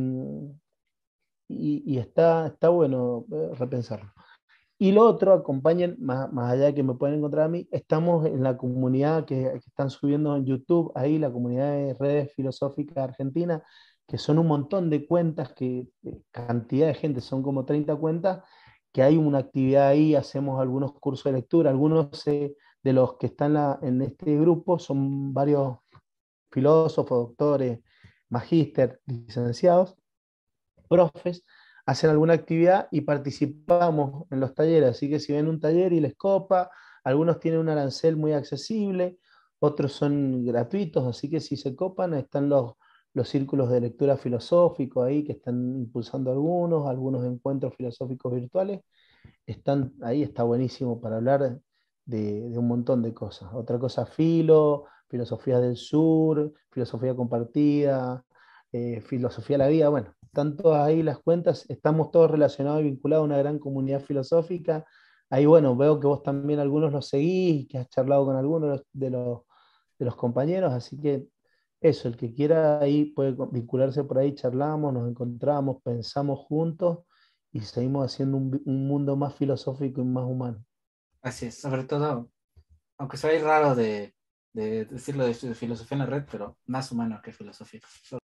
y está bueno repensarlo. Y lo otro, acompañen, más allá de que me pueden encontrar a mí, estamos en la comunidad que están subiendo en YouTube, ahí la comunidad de redes filosóficas argentinas, que son un montón de cuentas, cantidad de gente, son como 30 cuentas, que hay una actividad ahí, hacemos algunos cursos de lectura, algunos de los que están en este grupo son varios filósofos, doctores, magíster, licenciados, profes, hacen alguna actividad y participamos en los talleres. Así que si ven un taller y les copa, algunos tienen un arancel muy accesible, otros son gratuitos, así que si se copan, están los círculos de lectura filosófico ahí que están impulsando algunos encuentros filosóficos virtuales. Están, ahí está buenísimo para hablar de un montón de cosas. Otra cosa, filosofía del sur, filosofía compartida, filosofía de la vida. Bueno, están todas ahí las cuentas, estamos todos relacionados y vinculados a una gran comunidad filosófica. Ahí, bueno, veo que vos también algunos los seguís, que has charlado con algunos de los compañeros, así que eso, el que quiera ahí puede vincularse por ahí, charlamos, nos encontramos, pensamos juntos y seguimos haciendo un mundo más filosófico y más humano. Así es, sobre todo, aunque sea raro de decirlo de filosofía en la red, pero más humano que filosófico.